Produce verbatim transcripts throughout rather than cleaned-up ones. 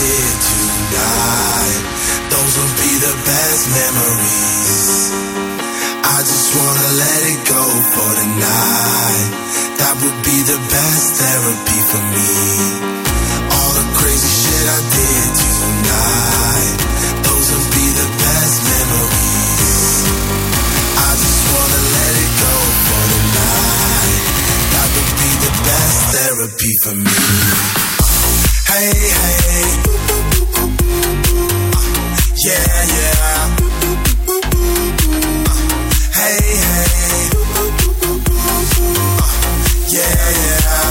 did tonight, those will be the best memories. I just wanna let it go for the night. That would be the best therapy for me. All the crazy shit I did tonight, those will be the best memories. I just wanna let it go for the night. That would be the best therapy for me. Hey, hey, yeah, yeah. Hey, hey, yeah, yeah.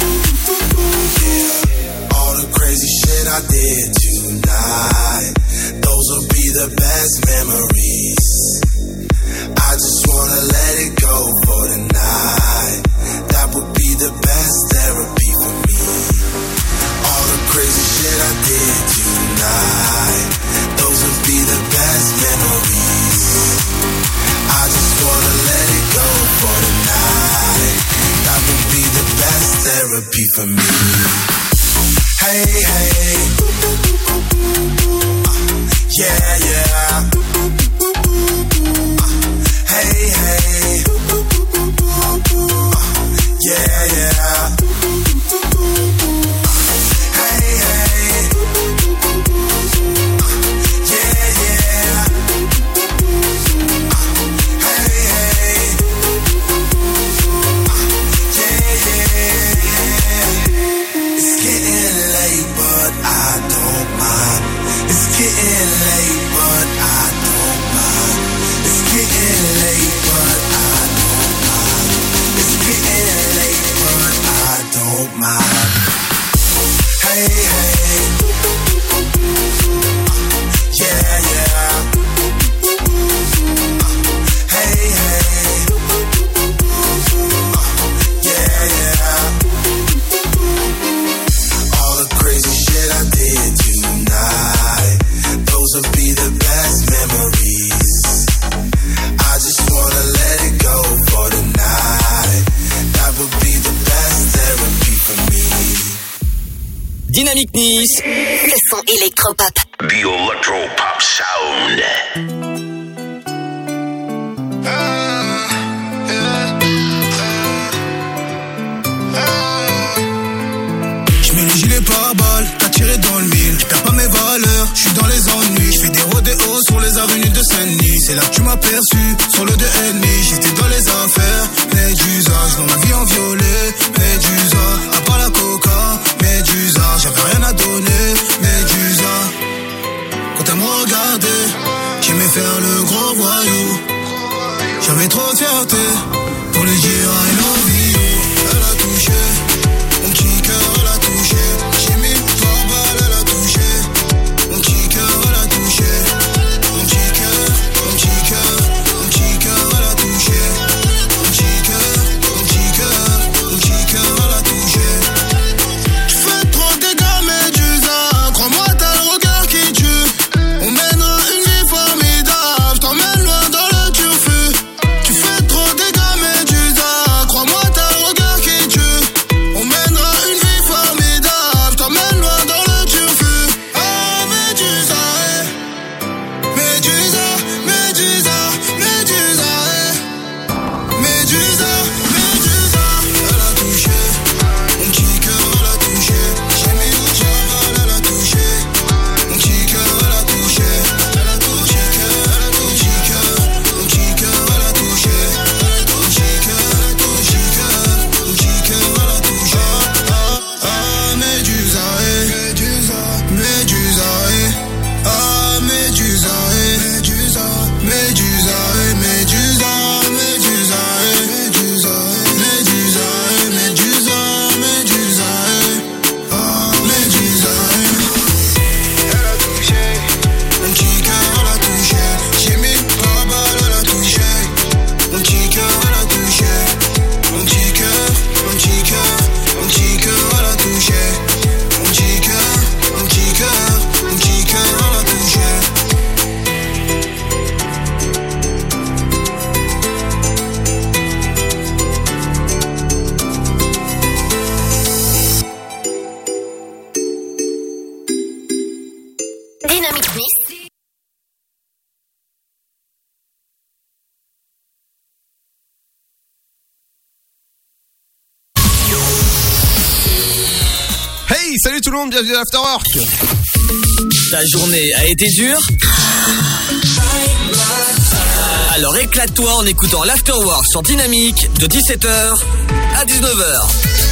All the crazy shit I did tonight, those will be the best memories. I just wanna let it go for the night. That would be the best therapy for me. All the crazy shit I did tonight, those will be the best memories. I just wanna let it go for the night. That would be the best therapy for me. Hey, hey, yeah, yeah. Hey, hey, yeah, yeah. Hey, hey, yeah, yeah. Hey, hey, yeah, yeah. It's getting late, but I don't mind. It's getting late, but I don't mind. It's getting late, but I don't mind. It's getting late, but I don't mind. Hey, hey, yeah, yeah. Hey, hey, yeah, yeah. All the crazy shit I did tonight, those will be the best memories. I just wanna let it go for the night. That would be the best therapy for me. Dynamic Nice, le son électropop. The Electropop Sound. J'mets le gilet pare-balles, t'as tiré dans le mille. J'perds pas mes valeurs, j'suis dans les ennuis. J'fais des rodéos sur les avenues de Saint-Denis. C'est là que tu m'as perçu, sur le deux et demi. J'étais dans les affaires, Médusa. Dans ma vie en violet, Médusa. À part la coca, Médusa. J'avais rien à donner, Médusa. Quand elle me regardait, j'aimais faire le gros voyou. J'avais trop de fierté pour lui dire I love you. Elle a touché, mon petit cœur elle a touché. J'ai mis trois balles, elle a touché. Mon petit cœur elle a touché. Mon petit cœur, mon petit cœur, mon petit cœur elle a touché. Mon petit cœur, mon petit cœur, Salut tout le monde, bienvenue à l'Afterwork. Ta journée a été dure? Alors éclate-toi en écoutant l'Afterwork sur Dynamique de dix-sept heures à dix-neuf heures.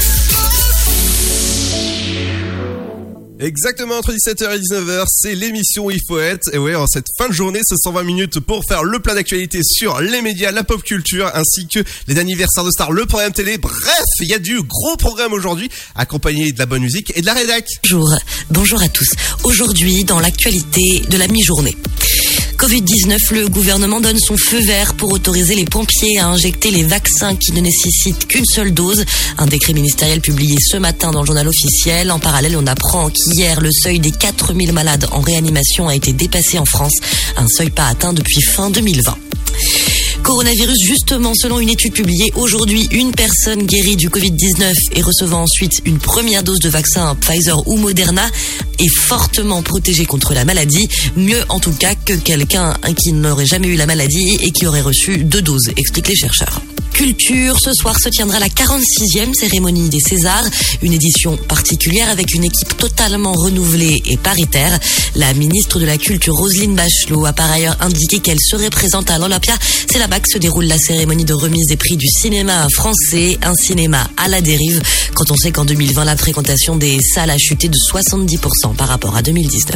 Exactement, entre dix-sept heures et dix-neuf heures, c'est l'émission où il faut être. Et ouais, en cette fin de journée, ce cent vingt minutes pour faire le plein d'actualité sur les médias, la pop culture, ainsi que les anniversaires de stars, le programme télé. Bref, il y a du gros programme aujourd'hui, accompagné de la bonne musique et de la rédac. Bonjour, bonjour à tous. Aujourd'hui, dans l'actualité de la mi-journée. covid dix-neuf, le gouvernement donne son feu vert pour autoriser les pompiers à injecter les vaccins qui ne nécessitent qu'une seule dose. Un décret ministériel publié ce matin dans le journal officiel. En parallèle, on apprend qu'hier, le seuil des quatre mille malades en réanimation a été dépassé en France. Un seuil pas atteint depuis fin deux mille vingt. Coronavirus, justement, selon une étude publiée aujourd'hui, une personne guérie du covid dix-neuf et recevant ensuite une première dose de vaccin Pfizer ou Moderna est fortement protégée contre la maladie, mieux en tout cas que quelqu'un qui n'aurait jamais eu la maladie et qui aurait reçu deux doses, expliquent les chercheurs. Culture, ce soir se tiendra la quarante-sixième cérémonie des Césars, une édition particulière avec une équipe totalement renouvelée et paritaire. La ministre de la Culture, Roselyne Bachelot, a par ailleurs indiqué qu'elle serait présente à l'Olympia. C'est là-bas que se déroule la cérémonie de remise des prix du cinéma français, un cinéma à la dérive, quand on sait qu'en deux mille vingt, la fréquentation des salles a chuté de soixante-dix pour cent par rapport à deux mille dix-neuf.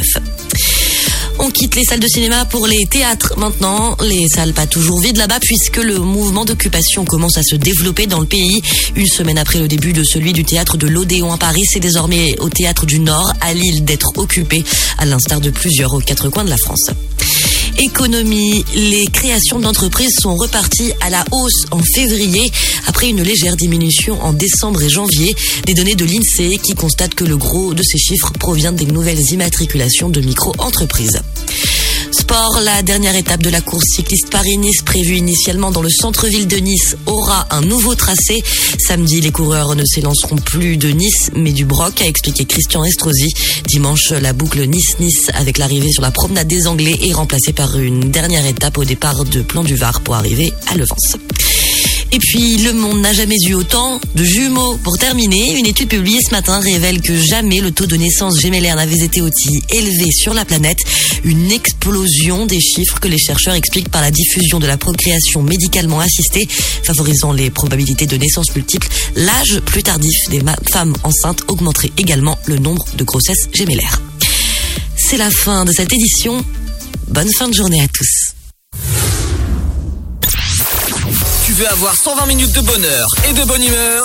On quitte les salles de cinéma pour les théâtres maintenant. Les salles pas toujours vides là-bas puisque le mouvement d'occupation commence à se développer dans le pays. Une semaine après le début de celui du théâtre de l'Odéon à Paris, c'est désormais au théâtre du Nord, à Lille, d'être occupé, à l'instar de plusieurs aux quatre coins de la France. Économie, les créations d'entreprises sont reparties à la hausse en février après une légère diminution en décembre et janvier. Des données de l'INSEE qui constatent que le gros de ces chiffres provient des nouvelles immatriculations de micro-entreprises. Sport, la dernière étape de la course cycliste Paris-Nice prévue initialement dans le centre-ville de Nice aura un nouveau tracé. Samedi, les coureurs ne s'élanceront plus de Nice mais du Broc, a expliqué Christian Estrosi. Dimanche, la boucle Nice-Nice avec l'arrivée sur la promenade des Anglais est remplacée par une dernière étape au départ de Plan-du-Var pour arriver à Levance. Et puis, le monde n'a jamais eu autant de jumeaux. Pour terminer, une étude publiée ce matin révèle que jamais le taux de naissance gémellaire n'avait été aussi élevé sur la planète. Une explosion des chiffres que les chercheurs expliquent par la diffusion de la procréation médicalement assistée, favorisant les probabilités de naissance multiples. L'âge plus tardif des ma- femmes enceintes augmenterait également le nombre de grossesses gémellaires. C'est la fin de cette édition. Bonne fin de journée à tous. Tu veux avoir cent vingt minutes de bonheur et de bonne humeur?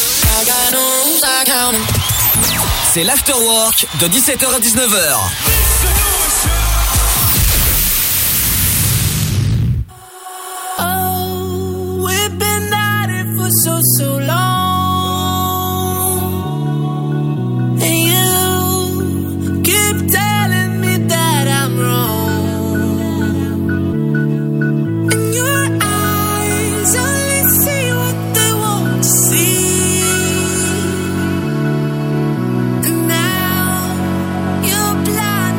C'est l'Afterwork de dix-sept heures à dix-neuf heures. Oh, we've been at it for so, so long. And you keep telling me that I'm wrong. Blind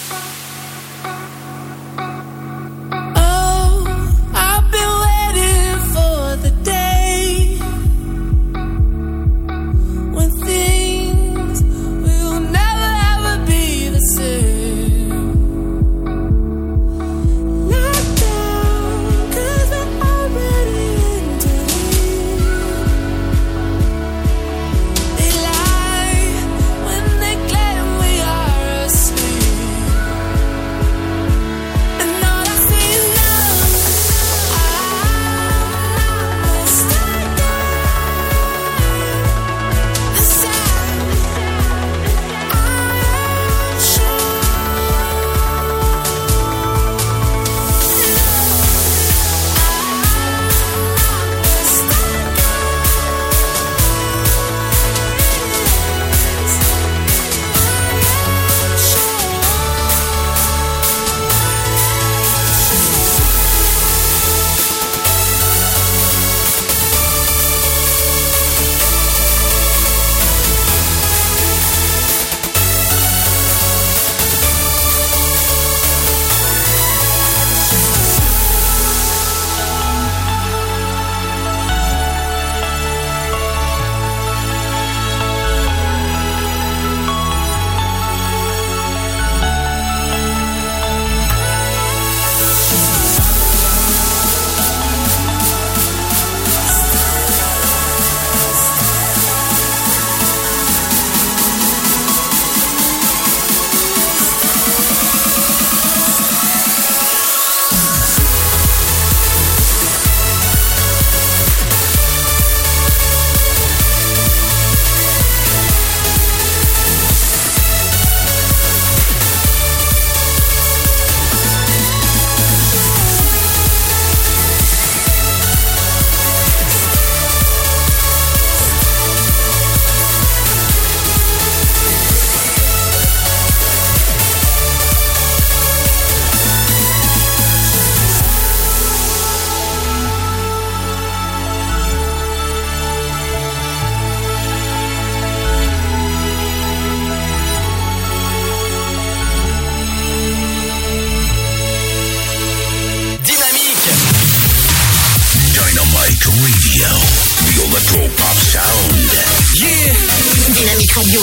Electropop sound. Yeah. Dynamique Radio.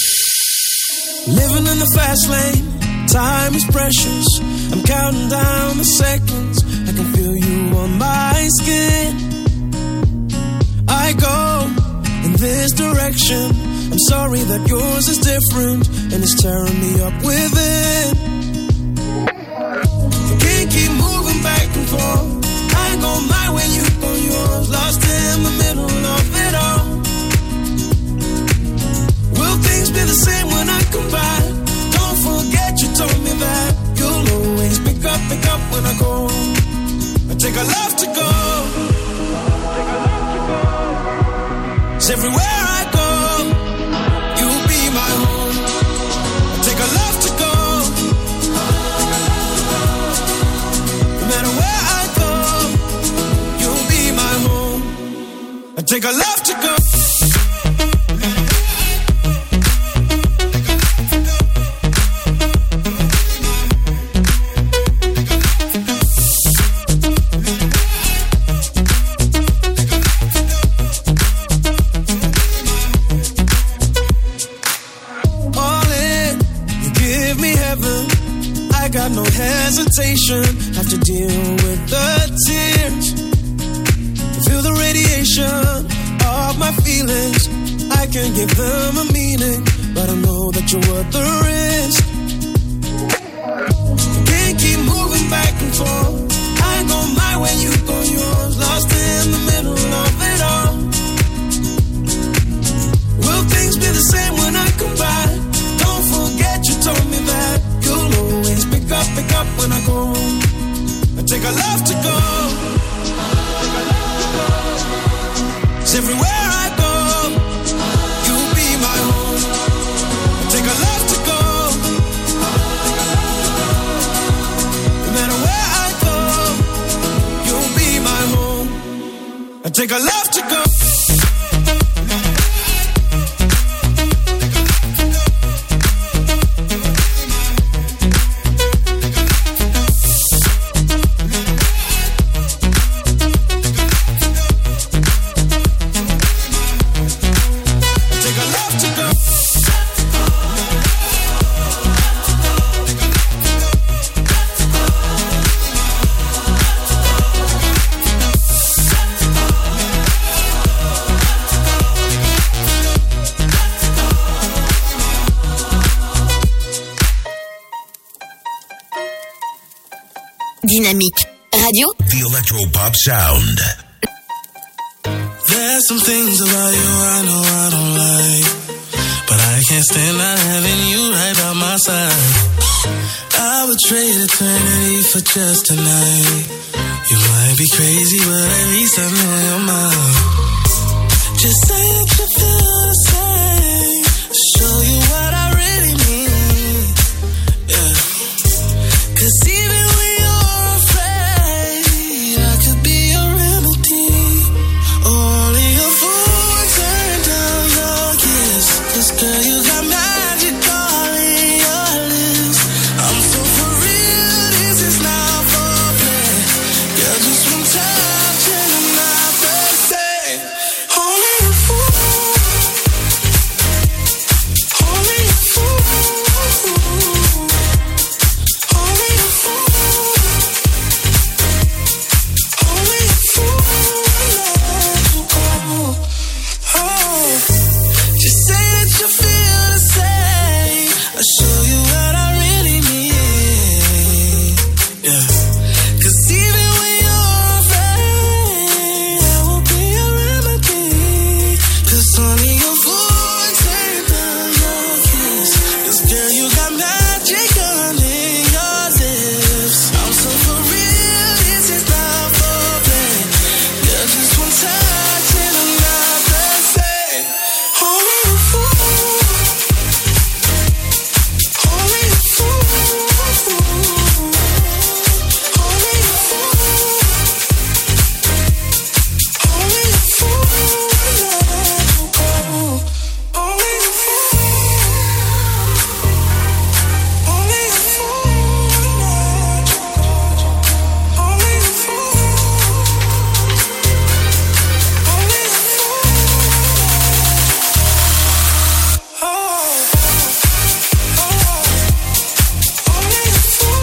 Living in the fast lane, time is precious. I'm counting down the seconds. I can feel you on my skin. I go in this direction. I'm sorry that yours is different, and it's tearing me up within. Can't keep moving back and forth. I go my way, you go yours. Lost in the middle of it all. Will things be the same when I come back? Don't forget you told me that you'll always pick up, pick up when I go. I take a love to go. It's everywhere I go. You'll be my home. I take a love to go. No matter where I go, you'll be my home. I take a love to go. Have to deal with the tears. Feel the radiation of my feelings. I can give them a meaning, but I know that you're worth the risk. Can't keep moving back and forth. I go my way, you go yours. Lost in the middle of it all. Will things be the same when I come back? Don't forget you told me that you'll always pick up, pick up when I go. I take a love to go. It's everywhere I go. You'll be my home. I take a love to go. No matter where I go, you'll be my home. I take a love to go. Dynamique Radio. The Electropop Sound. There's some things about you I know I don't like, but I can't stand not having you right by my side. I would trade eternity for just tonight. You might be crazy, but at least I know your mind. Just say that you feel the same. Show you what I really mean. Yeah. 'Cause even when you're afraid, I could be your remedy. Only a fool would turn down your kiss. 'Cause girl, you got magic all in your lips. I'm so for real, this is not for play. Girl, just one touch and I'm not thirsty. Only a fool, only a fool, only a fool, only a fool. Oh, just say that you feel the same. I'll show you what I really mean. Yeah. 'Cause even when you're afraid, I will be your remedy. 'Cause only a fool would turn down your kiss. 'Cause girl, you got magic under your lips. I'm so for real, this is not for play. Girl, just one touch and I'm not thirsty. Only a fool, only a fool, only a fool, only a fool, only a fool, only a fool, only a fool, only a fool. Oh, oh, only a fool.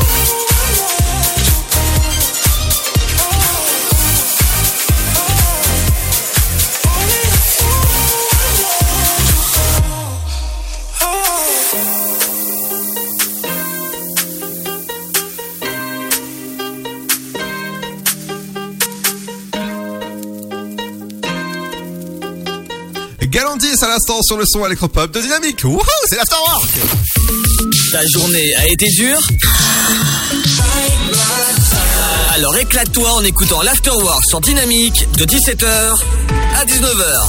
Galantis à l'instant sur le son électropop de Dynamique. Wouhou, c'est l'Afterwork. Ta journée a été dure? Alors éclate-toi en écoutant l'Afterwork sur Dynamique de dix-sept heures à dix-neuf heures.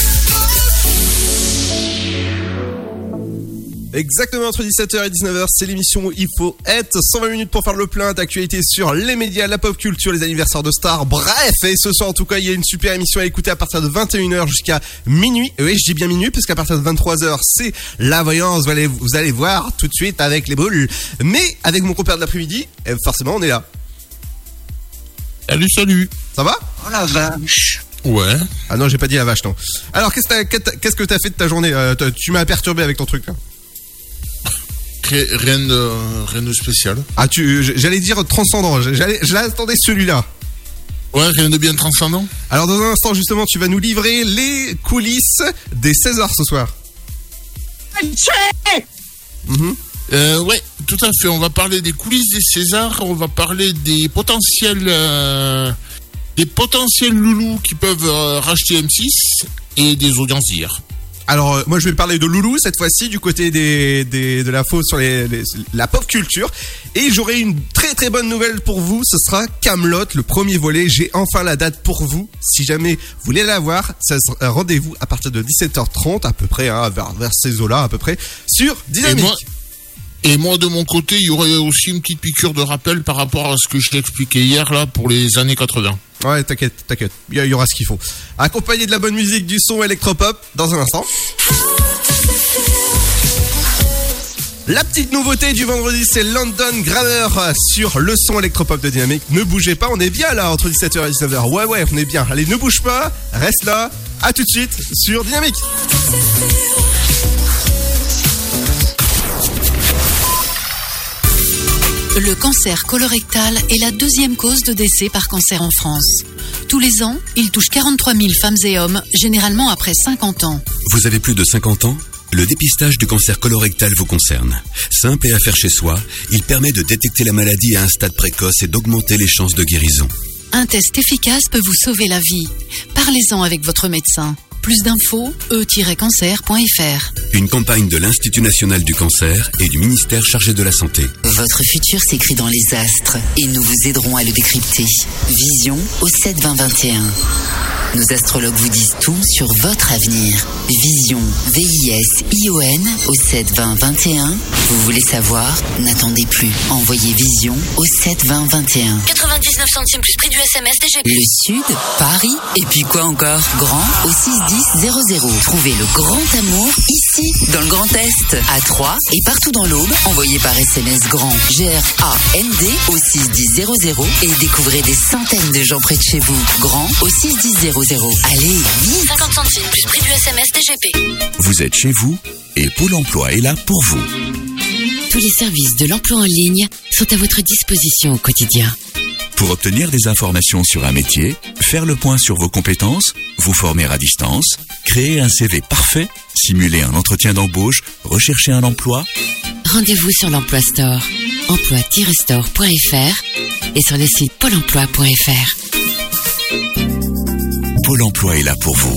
Exactement, entre dix-sept heures et dix-neuf heures, c'est l'émission où il faut être. cent vingt minutes pour faire le plein d'actualités sur les médias, la pop culture, les anniversaires de stars. Bref, et ce soir en tout cas, il y a une super émission à écouter à partir de vingt et une heures jusqu'à minuit. Oui, je dis bien minuit parce qu'à partir de vingt-trois heures, c'est la voyance. Vous allez, vous allez voir tout de suite avec les boules. Mais avec mon compère de l'après-midi, eh, forcément, on est là. Salut, salut. Ça va? Oh la vache. Ouais. Ah non, j'ai pas dit la vache, non. Alors, qu'est-ce que t'as, qu'est-ce que t'as fait de ta journée? euh, Tu m'as perturbé avec ton truc là. Rien de, rien de spécial. Ah, tu, j'allais dire transcendant. J'allais, je l'attendais celui-là. Ouais, rien de bien transcendant. Alors, dans un instant, justement, tu vas nous livrer les coulisses des Césars ce soir. Mmh. Euh, ouais, tout à fait. On va parler des coulisses des Césars. On va parler des potentiels, euh, des potentiels loulous qui peuvent euh, racheter M six et des audiences d'hier. Alors, euh, moi, je vais parler de Loulou cette fois-ci, du côté des, des de l'info sur les, les, la pop culture. Et j'aurai une très très bonne nouvelle pour vous. Ce sera Kaamelott, le premier volet. J'ai enfin la date pour vous. Si jamais vous voulez la voir, ça sera rendez-vous à partir de dix-sept heures trente à peu près, hein, vers, vers ces eaux-là à peu près, sur Dynamique. Et moi, et moi, de mon côté, il y aurait aussi une petite piqûre de rappel par rapport à ce que je t'ai expliqué hier là pour les années quatre-vingts. Ouais, t'inquiète, t'inquiète. Il y, y aura ce qu'il faut. Accompagné de la bonne musique, du son électropop, dans un instant. La petite nouveauté du vendredi, c'est London Grammar sur le son électropop de Dynamique. Ne bougez pas, on est bien là entre dix-sept heures et dix-neuf heures. Ouais, ouais, on est bien. Allez, ne bouge pas, reste là. À tout de suite sur Dynamique. Le cancer colorectal est la deuxième cause de décès par cancer en France. Tous les ans, il touche quarante-trois mille femmes et hommes, généralement après cinquante ans. Vous avez plus de cinquante ans ? Le dépistage du cancer colorectal vous concerne. Simple et à faire chez soi, il permet de détecter la maladie à un stade précoce et d'augmenter les chances de guérison. Un test efficace peut vous sauver la vie. Parlez-en avec votre médecin. Plus d'infos, e tiret cancer point f r. Une campagne de l'Institut national du cancer et du ministère chargé de la santé. Votre futur s'écrit dans les astres et nous vous aiderons à le décrypter. Vision au sept vingt vingt et un. Nos astrologues vous disent tout sur votre avenir. Vision, V I S I O N au sept vingt vingt et un. Vous voulez savoir? N'attendez plus. Envoyez Vision au sept vingt vingt et un. quatre-vingt-dix-neuf centimes plus prix du S M S D G P. Le Sud, Paris, et puis quoi encore? Grand au six dix zéro zéro. Trouvez le grand amour ici, dans le Grand Est, à Troyes et partout dans l'Aube. Envoyez par S M S grand G R A N D au six dix zéro zéro et découvrez des centaines de gens près de chez vous. Grand au six dix zéro zéro. Allez, vite! cinquante centimes plus prix du S M S D G P. Vous êtes chez vous et Pôle emploi est là pour vous. Tous les services de l'emploi en ligne sont à votre disposition au quotidien. Pour obtenir des informations sur un métier, faire le point sur vos compétences, vous former à distance, créer un C V parfait, simuler un entretien d'embauche, rechercher un emploi. Rendez-vous sur l'Emploi Store, emploi tiret store point f r et sur le site pôle emploi point f r. Pôle emploi est là pour vous.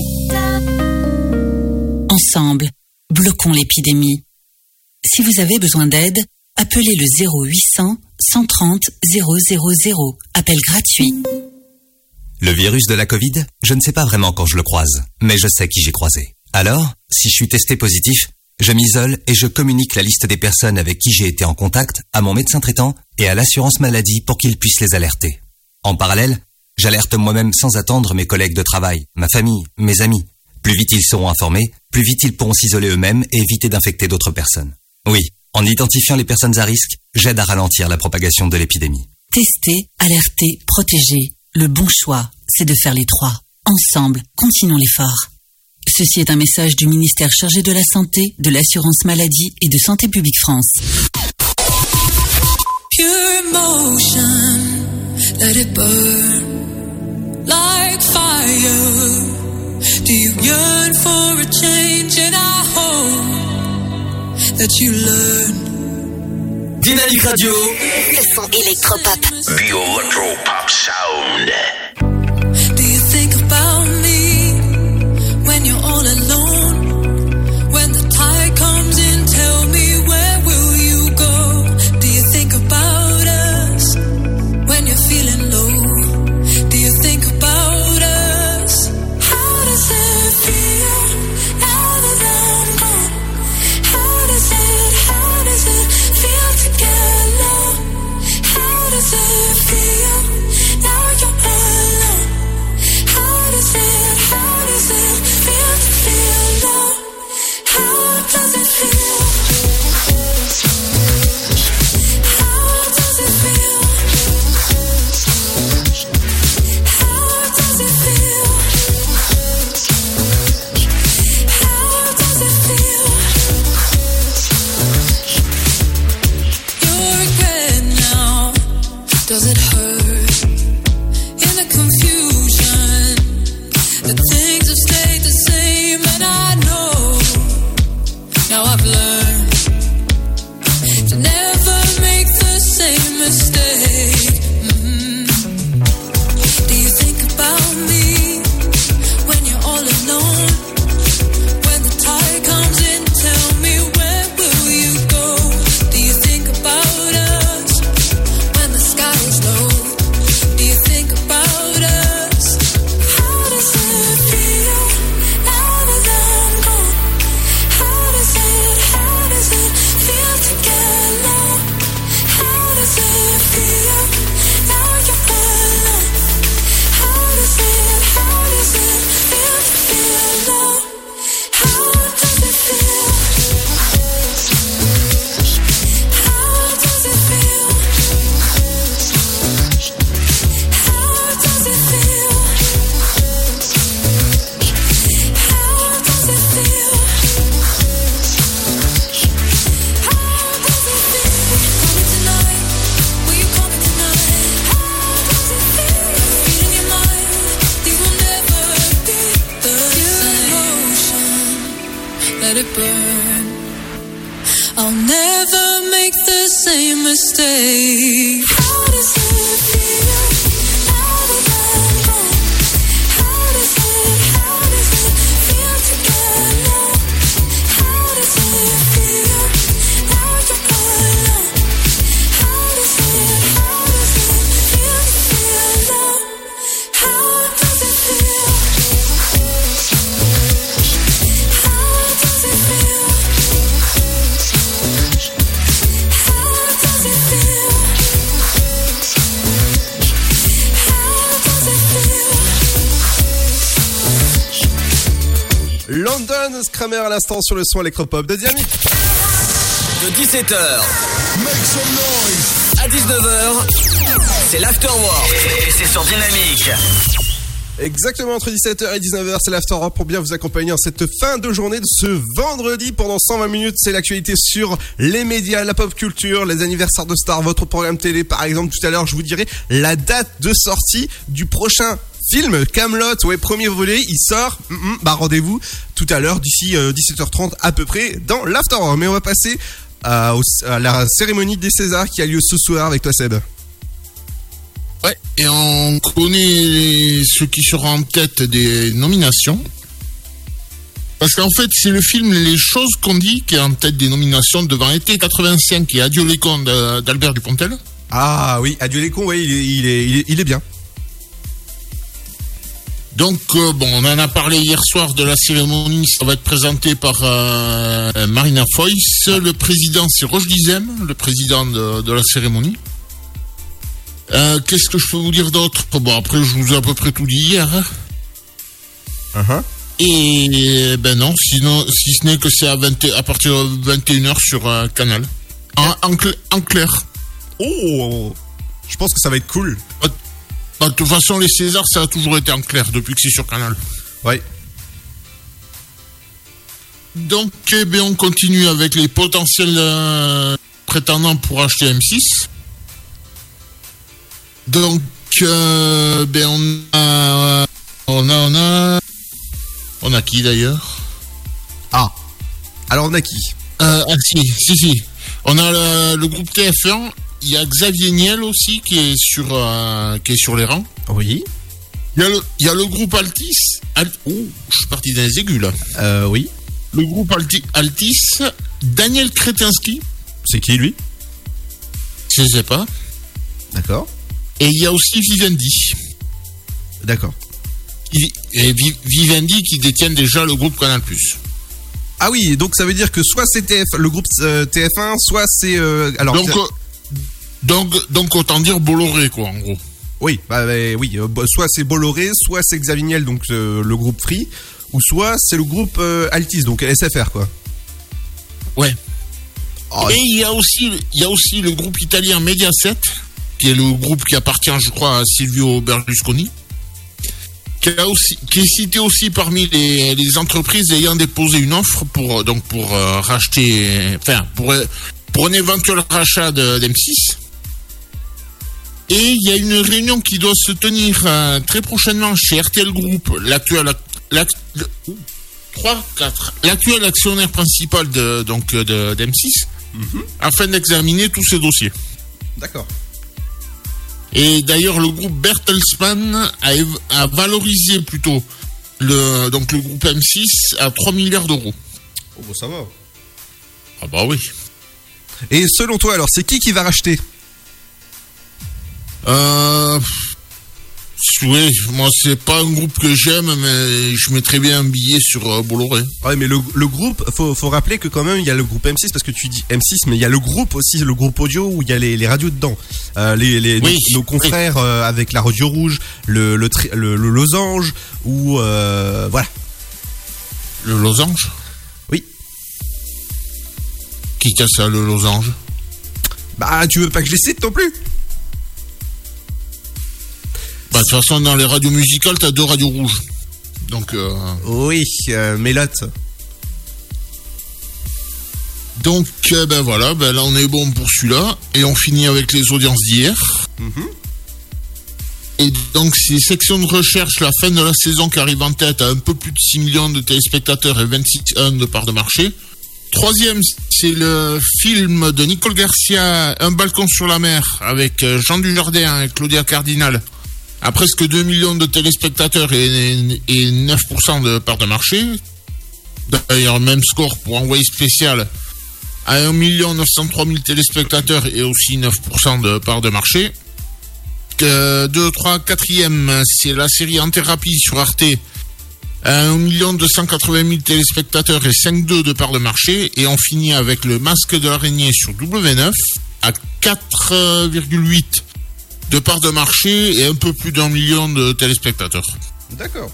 Ensemble, bloquons l'épidémie. Si vous avez besoin d'aide, appelez le zéro huit cents cent trente zéro zéro zéro. Appel gratuit. Le virus de la Covid, je ne sais pas vraiment quand je le croise, mais je sais qui j'ai croisé. Alors, si je suis testé positif, je m'isole et je communique la liste des personnes avec qui j'ai été en contact à mon médecin traitant et à l'assurance maladie pour qu'ils puissent les alerter. En parallèle, j'alerte moi-même sans attendre mes collègues de travail, ma famille, mes amis. Plus vite ils seront informés, plus vite ils pourront s'isoler eux-mêmes et éviter d'infecter d'autres personnes. Oui, en identifiant les personnes à risque, j'aide à ralentir la propagation de l'épidémie. Tester, alerter, protéger. Le bon choix, c'est de faire les trois. Ensemble, continuons l'effort. Ceci est un message du ministère chargé de la Santé, de l'Assurance Maladie et de Santé Publique France. Pure emotion, let it burn like fire. Do you yearn for a change? And I hope that you learn. Dynamique Radio. Le son électropop. The Electropop Sound. Do you think about me when you're all alone? When the tide comes in, tell me where will you go? Do you think about us when you're feeling low? Do you think about us? How does it feel now that I'm gone? How does it, how does it feel to get low? How does it feel now you're alone? How does it, how does it feel to feel low? How does it feel? How does it feel? How does it feel? How does it feel? Your regret now, does it hurt? In the confusion, the things have stayed the same, and I know now I've learned to never make the same mistake. Mhm. Do you think about me when you're all alone? When the tide comes in, tell me where will you go? Do you think about us when the sky is low? Do you think about us? How does it feel now that I'm gone? How does it, how does it feel to get low? How does it feel now you're alone? How does it, how does it feel to feel low? How does it feel? How does it feel? How does it feel? How does it feel? How does it feel? Coming tonight? Will you come tonight? How does it feel? Feeling your mind? These will never be the same. Emotion, let it burn. same mistake. How does it feel now that I'm gone? How does it, how does it feel to get alone? How does it feel now you're alone? How does it, how does it feel to feel alone? How does it feel? How does it feel? London Scrammer à l'instant sur le son électropop de Dynamique. De dix-sept heures à dix-neuf heures, c'est l'Afterwork et c'est sur Dynamique. Exactement, entre dix-sept heures et dix-neuf heures, c'est l'Afterwork pour bien vous accompagner en cette fin de journée de ce vendredi. Pendant cent vingt minutes, c'est l'actualité sur les médias, la pop culture, les anniversaires de stars, votre programme télé par exemple. Tout à l'heure, je vous dirai la date de sortie du prochain film Kaamelott, ouais, premier volet, il sort. Mm-mm, bah rendez-vous tout à l'heure d'ici euh, dix-sept heures trente à peu près dans l'Afterwork. Mais on va passer à, à la cérémonie des Césars qui a lieu ce soir avec toi Seb. Ouais, et on connaît ceux qui seront en tête des nominations. Parce qu'en fait, c'est le film Les choses qu'on dit qui est en tête des nominations devant Été quatre-vingt-cinq et Adieu les cons d'Albert Dupontel. Ah oui, Adieu les cons, oui, il est, il est, il est, il est bien. Donc, euh, bon, on en a parlé hier soir de la cérémonie, ça va être présenté par euh, Marina Foïs. Le président, c'est Roche Dizem, le président de, de la cérémonie. Euh, qu'est-ce que je peux vous dire d'autre? Bon, après, je vous ai à peu près tout dit hier. Hein. Uh-huh. Et ben non, sinon, si ce n'est que c'est à, vingt, à partir de vingt et une heures sur euh, Canal. En, en, cl- en clair. Oh, je pense que ça va être cool. Bah, bah, de toute façon, les Césars, ça a toujours été en clair depuis que c'est sur Canal. Ouais. Donc, eh bien, on continue avec les potentiels euh, prétendants pour acheter M six. Donc, euh, ben on a, on a, on a, on a qui d'ailleurs? Ah, alors on a qui? euh, Ah si, si, si. On a le, le groupe T F un. Il y a Xavier Niel aussi qui est sur, euh, qui est sur les rangs. Oui. Il y a le, il y a le groupe Altis. Al, oh, je suis parti dans les aigus là. Euh, oui. Le groupe Alti, Altis. Daniel Kretinsky. C'est qui lui? Je sais pas. D'accord. Et il y a aussi Vivendi. D'accord. Et Vivendi qui détiennent déjà le groupe Canal+. Ah oui, donc ça veut dire que soit c'est T F, le groupe euh, T F un, soit c'est... Euh, alors, donc, euh, donc, donc autant dire Bolloré, quoi, en gros. Oui, bah, bah, oui euh, soit c'est Bolloré, soit c'est Xavier Niel, donc euh, le groupe Free, ou soit c'est le groupe euh, Altis, donc S F R, quoi. Ouais. Oh, et il y a aussi, il y a aussi le groupe italien Mediaset, qui est le groupe qui appartient, je crois, à Silvio Berlusconi, qui, a aussi, qui est cité aussi parmi les, les entreprises ayant déposé une offre pour, donc pour euh, racheter, enfin, pour, pour un éventuel rachat de, d'M six. Et il y a une réunion qui doit se tenir euh, très prochainement chez R T L Group, l'actuel, l'actuel, trois, quatre, l'actuel actionnaire principal de, donc, de, d'M six, mm-hmm. afin d'examiner tous ces dossiers. D'accord. Et d'ailleurs, le groupe Bertelsmann a, a valorisé plutôt le, donc le groupe M six à trois milliards d'euros. Oh, bah ça va. Ah bah oui. Et selon toi, alors, c'est qui qui va racheter? Euh... Oui, moi c'est pas un groupe que j'aime, mais je mettrais bien un billet sur euh, Bolloré. Ouais, mais le, le groupe, faut, faut rappeler que quand même il y a le groupe M six, parce que tu dis M six, mais il y a le groupe aussi, le groupe audio où il y a les, les radios dedans. Euh, les, les, oui, nos, nos confrères oui. euh, avec la radio rouge, le, le, tri, le, le losange, ou euh, voilà. Le losange? Oui. Qui casse ça, le losange? Bah, tu veux pas que je les cite non plus? Bah, de toute façon, dans les radios musicales, t'as deux radios rouges. Donc, euh... Oui, euh, Mélotte. Donc, euh, ben voilà, ben là, on est bon pour celui-là. Et on finit avec les audiences d'hier. Mm-hmm. Et donc, c'est section de recherche, la fin de la saison qui arrive en tête à un peu plus de six millions de téléspectateurs et vingt-six virgule un de part de marché. Troisième, c'est le film de Nicole Garcia, Un balcon sur la mer, avec Jean Dujardin et Claudia Cardinal, à presque deux millions de téléspectateurs et, et neuf pour cent de part de marché. D'ailleurs, même score pour Envoyé spécial, à un million neuf cent trois mille téléspectateurs et aussi neuf pour cent de part de marché. deux, trois, quatrième, c'est la série En thérapie sur Arte, à un million deux cent quatre-vingt mille téléspectateurs et cinq virgule deux de part de marché. Et on finit avec Le Masque de l'araignée sur W neuf, à quatre virgule huit de part de marché et un peu plus d'un million de téléspectateurs. D'accord.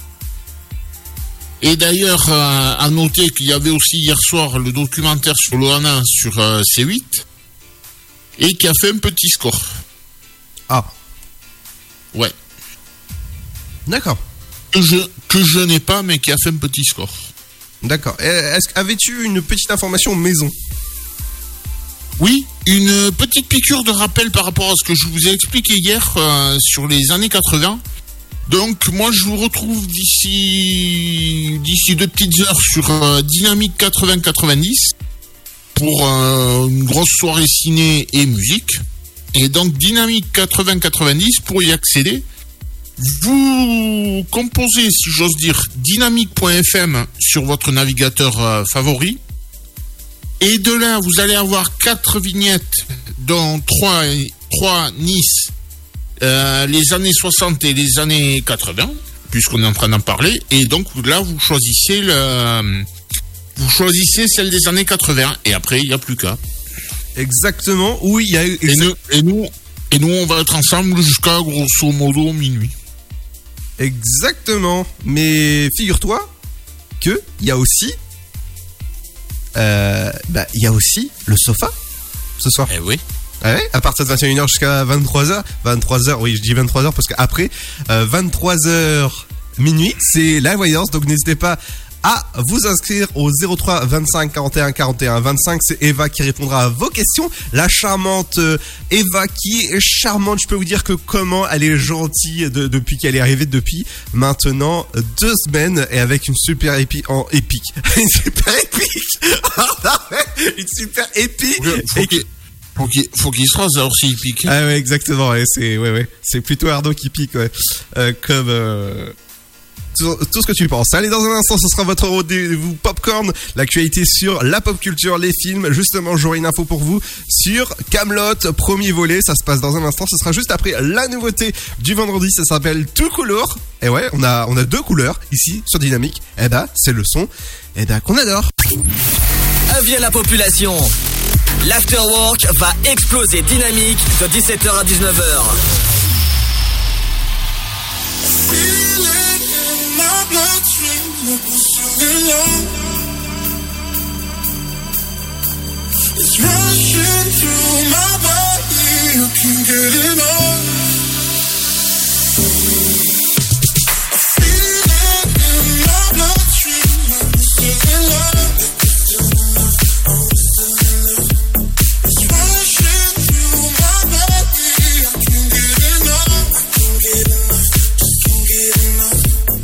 Et d'ailleurs, euh, à noter qu'il y avait aussi hier soir le documentaire sur Loana sur euh, C huit, et qui a fait un petit score. Ah. Ouais. D'accord. Que je, que je n'ai pas, mais qui a fait un petit score. D'accord. Est-ce, avais-tu une petite information maison? Oui, une petite piqûre de rappel par rapport à ce que je vous ai expliqué hier euh, sur les années quatre-vingts. Donc moi je vous retrouve d'ici d'ici deux petites heures sur euh, Dynamique quatre-vingts quatre-vingt-dix pour euh, une grosse soirée ciné et musique. Et donc Dynamique quatre-vingts quatre-vingt-dix, pour y accéder, vous composez, si j'ose dire, dynamique point f m sur votre navigateur euh, favori. Et de là, vous allez avoir quatre vignettes, dont trois, trois Nice, euh, les années soixante et les années quatre-vingts, puisqu'on est en train d'en parler. Et donc là, vous choisissez le, vous choisissez celle des années quatre-vingts. Et après, il n'y a plus qu'à. Exactement. Oui, il y a eu. Et nous, et nous, et nous, on va être ensemble jusqu'à grosso modo minuit. Exactement. Mais figure-toi que il y a aussi. Euh, bah, il y a aussi le sofa ce soir. Eh oui. Ah ouais, à partir de vingt et une heures jusqu'à vingt-trois heures. vingt-trois heures, oui, je dis vingt-trois heures parce qu'après, euh, vingt-trois heures minuit, c'est la voyance. Donc n'hésitez pas à vous inscrire au zéro trois vingt-cinq quarante et un quarante et un vingt-cinq. C'est Eva qui répondra à vos questions. La charmante euh, Eva qui est charmante. Je peux vous dire que comment elle est gentille de, depuis qu'elle est arrivée depuis maintenant deux semaines et avec une super épi en épique. Une super épique. Une super épique. Faut qu'il, faut qu'il, faut qu'il se rase alors s'il pique. Ah ouais, exactement. Ouais, c'est ouais ouais. C'est plutôt Arnaud qui pique. Ouais. Euh, comme. Euh... Tout ce que tu penses. Allez, dans un instant, ce sera votre rendez-vous Popcorn, l'actualité sur la pop culture, les films. Justement, j'aurai une info pour vous sur Kaamelott, premier volet. Ça se passe dans un instant. Ce sera juste après la nouveauté du vendredi. Ça s'appelle Two Color. Et ouais, on a, on a deux couleurs ici sur Dynamique. Eh ben, c'est le son, eh ben, qu'on adore. Avis à la population. L'afterwork va exploser Dynamique de dix-sept heures à dix-neuf heures. My bloodstream, it was feeling low. It's rushing through my body, I can't get enough. I feel it in my bloodstream, it was feeling low. It's rushing through my body, I can't get enough. I can't get enough, just can't get enough.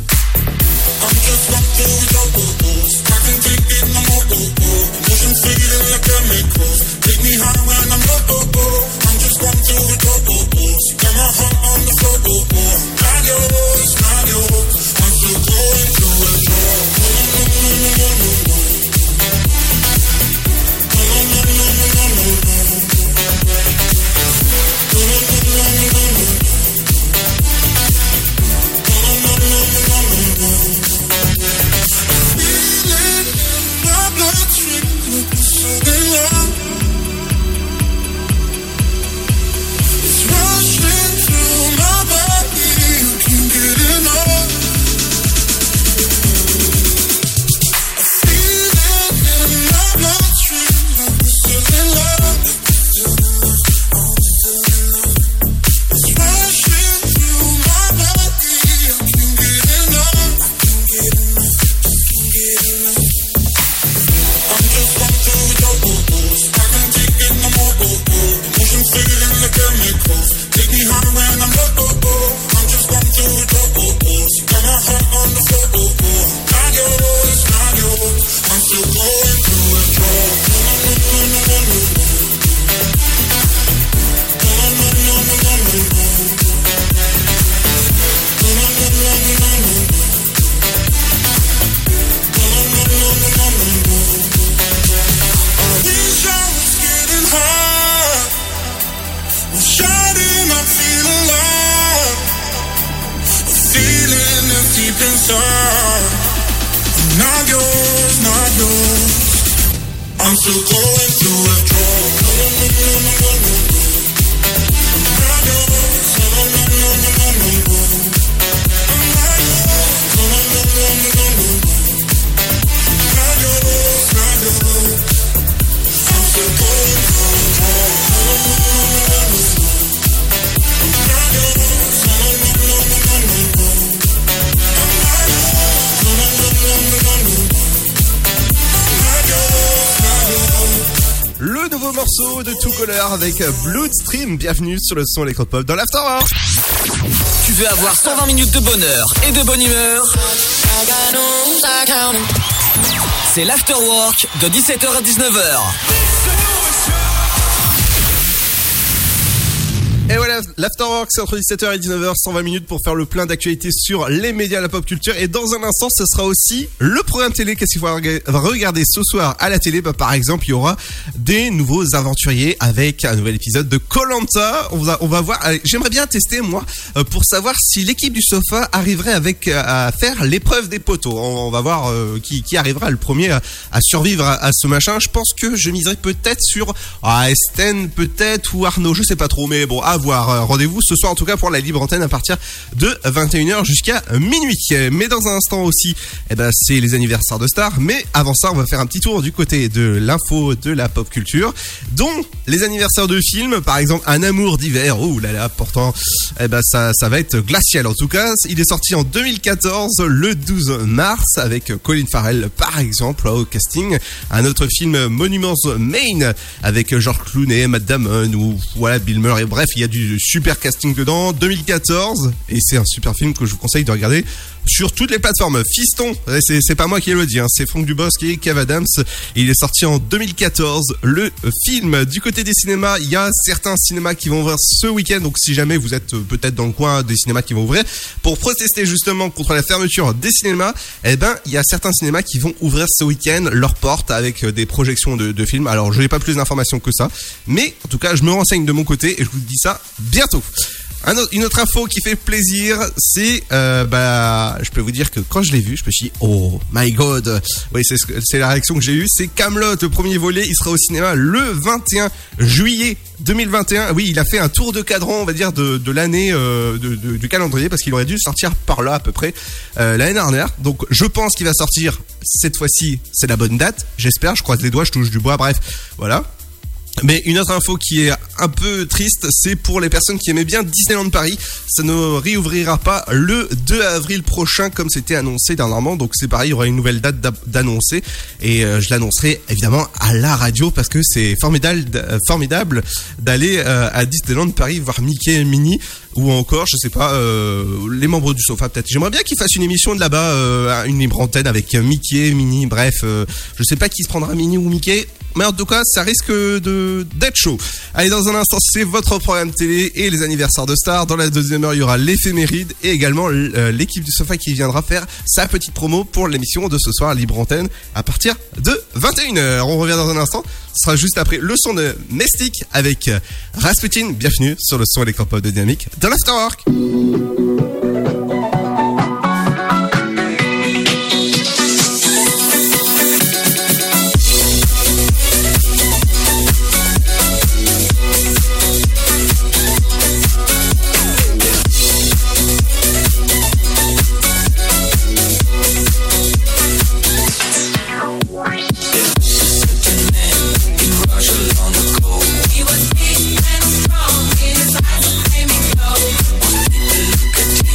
I can take it no more, oh, oh. Emotions fading like chemicals. Take me high when I'm low, oh, oh. star. Not yours, not yours. I'm still going through withdrawal. No, no, no, no, no, no, no. Not yours, no, no, no, no, no, no, no. I'm not yours, no, no, no, no, no, no, no. Not yours, not yours. I'm still going through withdrawal. No, no, no, no, no, no, no. Not yours, no, no, no, no, no, no, no. I'm not yours, no, no, no, no, no, no, no. Le nouveau morceau de Two Color avec Bloodstream. Bienvenue sur le son électropop dans l'Afterwork. Tu veux avoir cent vingt minutes de bonheur et de bonne humeur? C'est l'Afterwork de dix-sept heures à dix-neuf heures. Et voilà, l'Afterwork, c'est entre dix-sept heures et dix-neuf heures, cent vingt minutes pour faire le plein d'actualités sur les médias, la pop culture. Et dans un instant, ce sera aussi le programme télé. Qu'est-ce qu'il faut regarder ce soir à la télé? Bah, par exemple, il y aura des nouveaux aventuriers avec un nouvel épisode de Koh-Lanta. On va, on va voir. Allez, j'aimerais bien tester, moi, pour savoir si l'équipe du sofa arriverait avec à faire l'épreuve des poteaux. On, on va voir euh, qui, qui arrivera le premier à, à survivre à, à ce machin. Je pense que je miserai peut-être sur ah, Esten, peut-être, ou Arnaud, je sais pas trop, mais bon, à voir. Rendez-vous ce soir en tout cas pour la libre antenne à partir de vingt et une heures jusqu'à minuit. Mais dans un instant aussi, eh ben, c'est les anniversaires de stars. Mais avant ça, on va faire un petit tour du côté de l'info de la pop culture, dont les anniversaires de films, par exemple Un amour d'hiver. Oh là là, pourtant, eh ben, ça, ça va être glacial. En tout cas, il est sorti en deux mille quatorze, le douze mars, avec Colin Farrell par exemple au casting. Un autre film, Monuments Men, avec George Clooney, Matt Damon ou voilà Bill Murray. Bref, il y a du super casting dedans. Deux mille quatorze, et c'est un super film que je vous conseille de regarder sur toutes les plateformes. Fiston, c'est, c'est pas moi qui le dis, hein, c'est Franck Dubosc et Kev Adams. Il est sorti en deux mille quatorze, le film. Du côté des cinémas, il y a certains cinémas qui vont ouvrir ce week-end, donc si jamais vous êtes peut-être dans le coin des cinémas qui vont ouvrir, pour protester justement contre la fermeture des cinémas, eh ben, il y a certains cinémas qui vont ouvrir ce week-end leurs portes avec des projections de, de films. Alors, je n'ai pas plus d'informations que ça, mais en tout cas, je me renseigne de mon côté et je vous dis ça bientôt. Un autre, une autre info qui fait plaisir, c'est, euh, bah, je peux vous dire que quand je l'ai vu, je me suis dit, oh my god. Oui, c'est, ce que, c'est la réaction que j'ai eue. C'est Kaamelott, le premier volet. Il sera au cinéma le vingt et un juillet deux mille vingt et un. Oui, il a fait un tour de cadran, on va dire, de, de l'année, euh, de, de, du calendrier, parce qu'il aurait dû sortir par là, à peu près, euh, l'année dernière. Donc, je pense qu'il va sortir cette fois-ci. C'est la bonne date. J'espère. Je croise les doigts, je touche du bois. Bref, voilà. Mais une autre info qui est un peu triste, c'est pour les personnes qui aimaient bien Disneyland Paris. Ça ne réouvrira pas le deux avril prochain comme c'était annoncé dernièrement. Donc c'est pareil, il y aura une nouvelle date d'annoncer. Et euh, je l'annoncerai évidemment à la radio parce que c'est formidable, formidable d'aller euh, à Disneyland Paris voir Mickey et Minnie. Ou encore, je sais pas, euh, les membres du sofa peut-être. J'aimerais bien qu'ils fassent une émission de là-bas, euh, une libre antenne avec Mickey, Minnie, bref. Euh, je sais pas qui se prendra Minnie ou Mickey. Mais en tout cas, ça risque de d'être chaud. Allez, dans un instant, c'est votre programme télé et les anniversaires de stars. Dans la deuxième heure, il y aura l'éphéméride et également l'équipe du sofa qui viendra faire sa petite promo pour l'émission de ce soir, libre antenne, à partir de vingt et une heures. On revient dans un instant. Ce sera juste après le son de Mestic avec Rasputin. Bienvenue sur le son électropop de Dynamique dans l'Afterwork. He was big and strong in his eyes, made me glow. Most people look at you.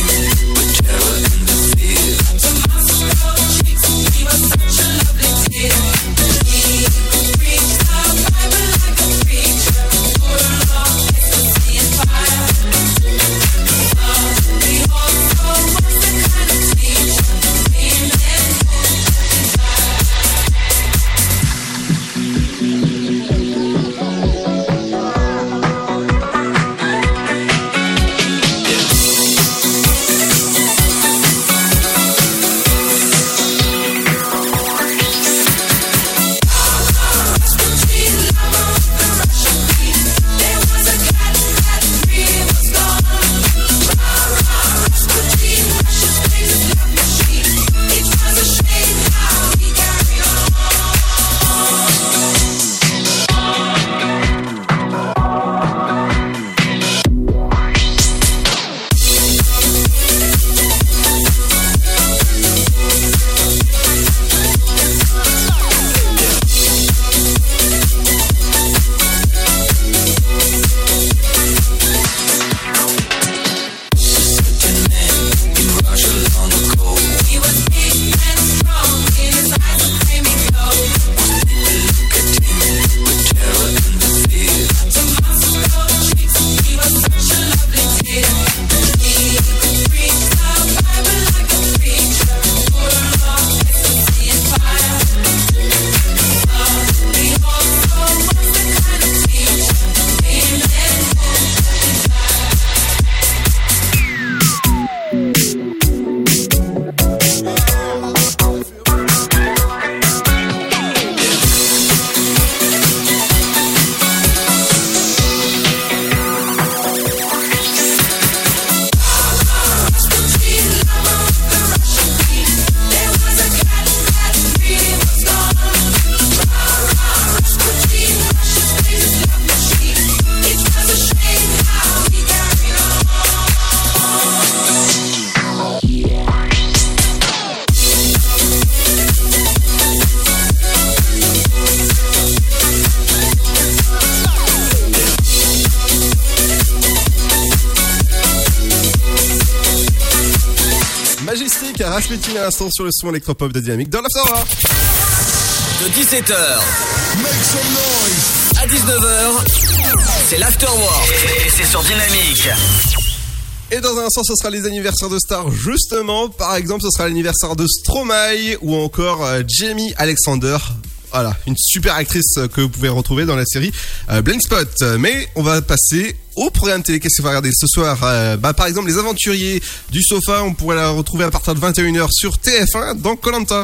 Mystique, Rasputin à l'instant sur le son électropop de Dynamique dans l'Afterwork. De dix-sept heures Make some noise. À dix-neuf heures, c'est l'Afterwork. Et c'est sur Dynamique. Et dans un instant, ce sera les anniversaires de stars, justement. Par exemple, ce sera l'anniversaire de Stromae ou encore euh, Jamie Alexander. Voilà, une super actrice que vous pouvez retrouver dans la série euh, Blindspot. Mais on va passer au programme télé. Qu'est-ce qu'on va regarder ce soir? euh, Bah, par exemple, les Aventuriers du Sofa, on pourrait la retrouver à partir de vingt et une heures sur T F un dans Koh-Lanta.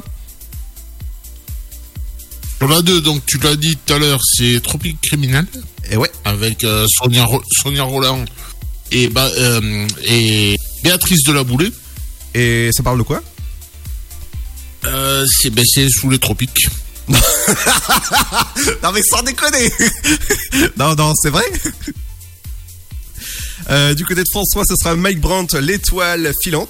Sur la deux, donc tu l'as dit tout à l'heure, c'est Tropique Criminel. Et ouais. Avec euh, Sonia, Ro- Sonia Roland et, bah, euh, et Béatrice de la Boulée. Et ça parle de quoi? euh, c'est, bah, c'est sous les tropiques. Non mais sans déconner. Non non c'est vrai. euh, Du côté de François, ce sera Mike Brandt, l'étoile filante.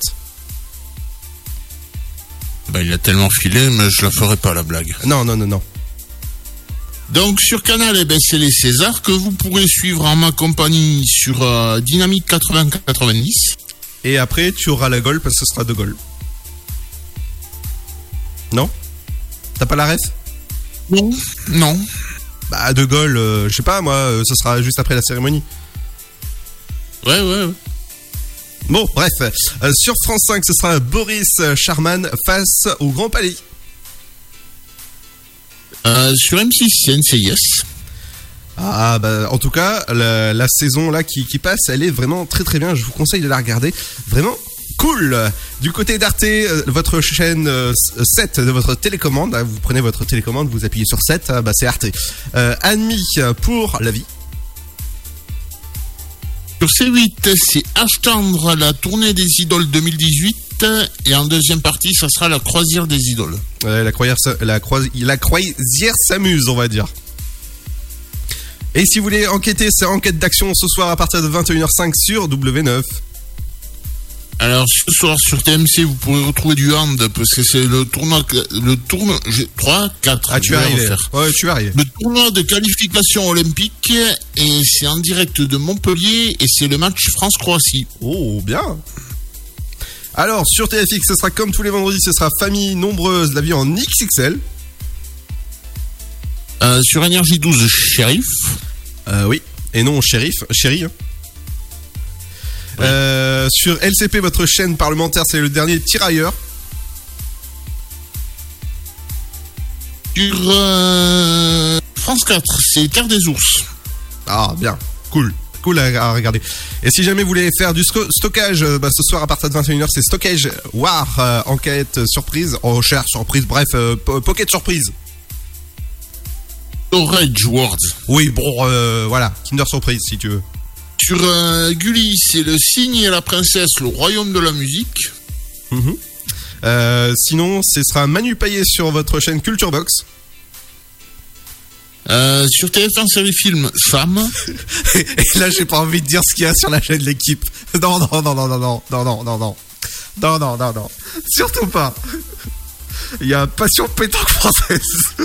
Bah il a tellement filé, mais je la ferai pas la blague. Non non non non. Donc sur Canal, eh ben, c'est les Césars que vous pourrez suivre en ma compagnie sur euh, Dynamique quatre-vingts quatre-vingt-dix. Et après tu auras la Gaule parce que ce sera De Gaulle. Non? T'as pas la ref? Non, non. Bah De Gaulle, euh, je sais pas moi, euh, ce sera juste après la cérémonie. Ouais, ouais, ouais. Bon, bref. Euh, sur France cinq, ce sera Boris Charman face au Grand Palais. Euh, sur M six, c'est N C I S. Ah, bah, en tout cas, la, la saison là qui, qui passe, elle est vraiment très très bien. Je vous conseille de la regarder. Vraiment cool. Du côté d'Arte, euh, votre chaîne euh, sept de votre télécommande, hein, vous prenez votre télécommande, vous appuyez sur sept, hein, bah, c'est Arte. Euh, Annie pour la vie. Sur C huit, c'est H-Tendre, la tournée des idoles deux mille dix-huit. Et en deuxième partie, ça sera la croisière des idoles. Ouais, la croisière, la, croisi- la croisière s'amuse, on va dire. Et si vous voulez enquêter, c'est Enquête d'action ce soir à partir de vingt et une heures cinq sur W neuf. Alors ce soir sur T M C, vous pourrez retrouver du hand parce que c'est le tournoi, le tournoi, j'ai trois, quatre. Ah, tu vas arriver. Ouais, tu vas arriver. Le tournoi de qualification olympique et c'est en direct de Montpellier et c'est le match France-Croatie. Oh, bien. Alors sur T F X, ce sera comme tous les vendredis, ce sera Famille nombreuse, la vie en X X L. Euh, sur Énergie douze, Shérif. Euh, oui. Et non, Shérif, Chéri. Hein. Oui. Euh, sur L C P, votre chaîne parlementaire, c'est le dernier tirailleur. Sur euh, France quatre, c'est Terre des ours. Ah, bien. Cool. Cool à, à regarder. Et si jamais vous voulez faire du sco- stockage, euh, bah, ce soir à partir de vingt et une heures, c'est Stockage War, euh, enquête, surprise, recherche, surprise, bref, euh, po- pocket surprise. Storage World. Oui, bon, euh, voilà, Kinder Surprise si tu veux. Sur euh, Gulli, c'est le cygne et la princesse, le royaume de la musique. Mmh. Euh, sinon, ce sera Manu Payet sur votre chaîne Culture Box. Euh, sur T F un série film Sam. Et là, j'ai pas envie de dire ce qu'il y a sur la chaîne L'équipe. Non, non, non, non, non, non, non, non, non, non, non, non, non, non, surtout pas. Il y a Passion pétanque française.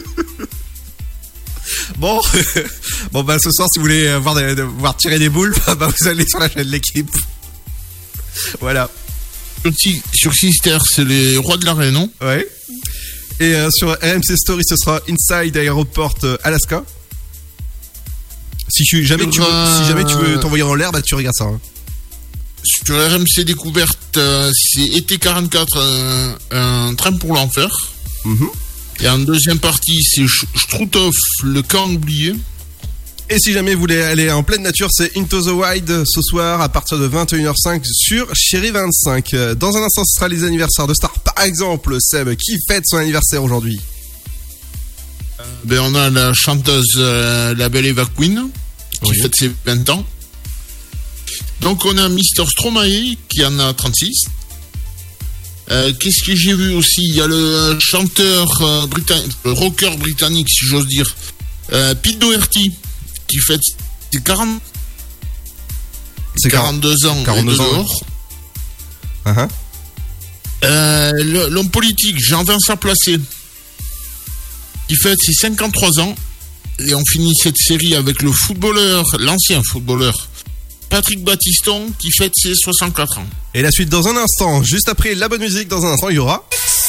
Bon, bon bah ce soir, si vous voulez voir, des, de, voir tirer des boules, bah vous allez sur la chaîne L'équipe. Voilà. Sur, sur Sister, c'est les rois de la Réunion. Ouais. Et euh, sur R M C Story, ce sera Inside Aéroport euh, Alaska. Si, tu, jamais tu veux, si jamais tu veux t'envoyer en l'air, bah tu regardes ça. Hein. Sur R M C Découverte, euh, c'est Été quarante-quatre, euh, un train pour l'enfer. Mm-hmm. Et en deuxième partie, c'est Struthof, le camp oublié. Et si jamais vous voulez aller en pleine nature, c'est Into the Wild ce soir à partir de vingt et une heures cinq sur Chéri vingt-cinq. Dans un instant, ce sera les anniversaires de stars. Par exemple, Seb, qui fête son anniversaire aujourd'hui? Ben, on a la chanteuse euh, La Belle Eva Queen, qui oui. fête ses vingt ans. Donc on a Mister Stromae, qui en a trente-six. Euh, qu'est-ce que j'ai vu aussi? Il y a le chanteur euh, britannique, le rocker britannique, si j'ose dire, euh, Pete Doherty, qui fête ses quarante... C'est quarante-deux ans. quarante-deux ans. Uh-huh. Euh, l'homme politique Jean-Vincent Placé, qui fête ses cinquante-trois ans. Et on finit cette série avec le footballeur, l'ancien footballeur Patrick Battiston qui fête ses soixante-quatre ans. Et la suite dans un instant, juste après la bonne musique, dans un instant il y aura...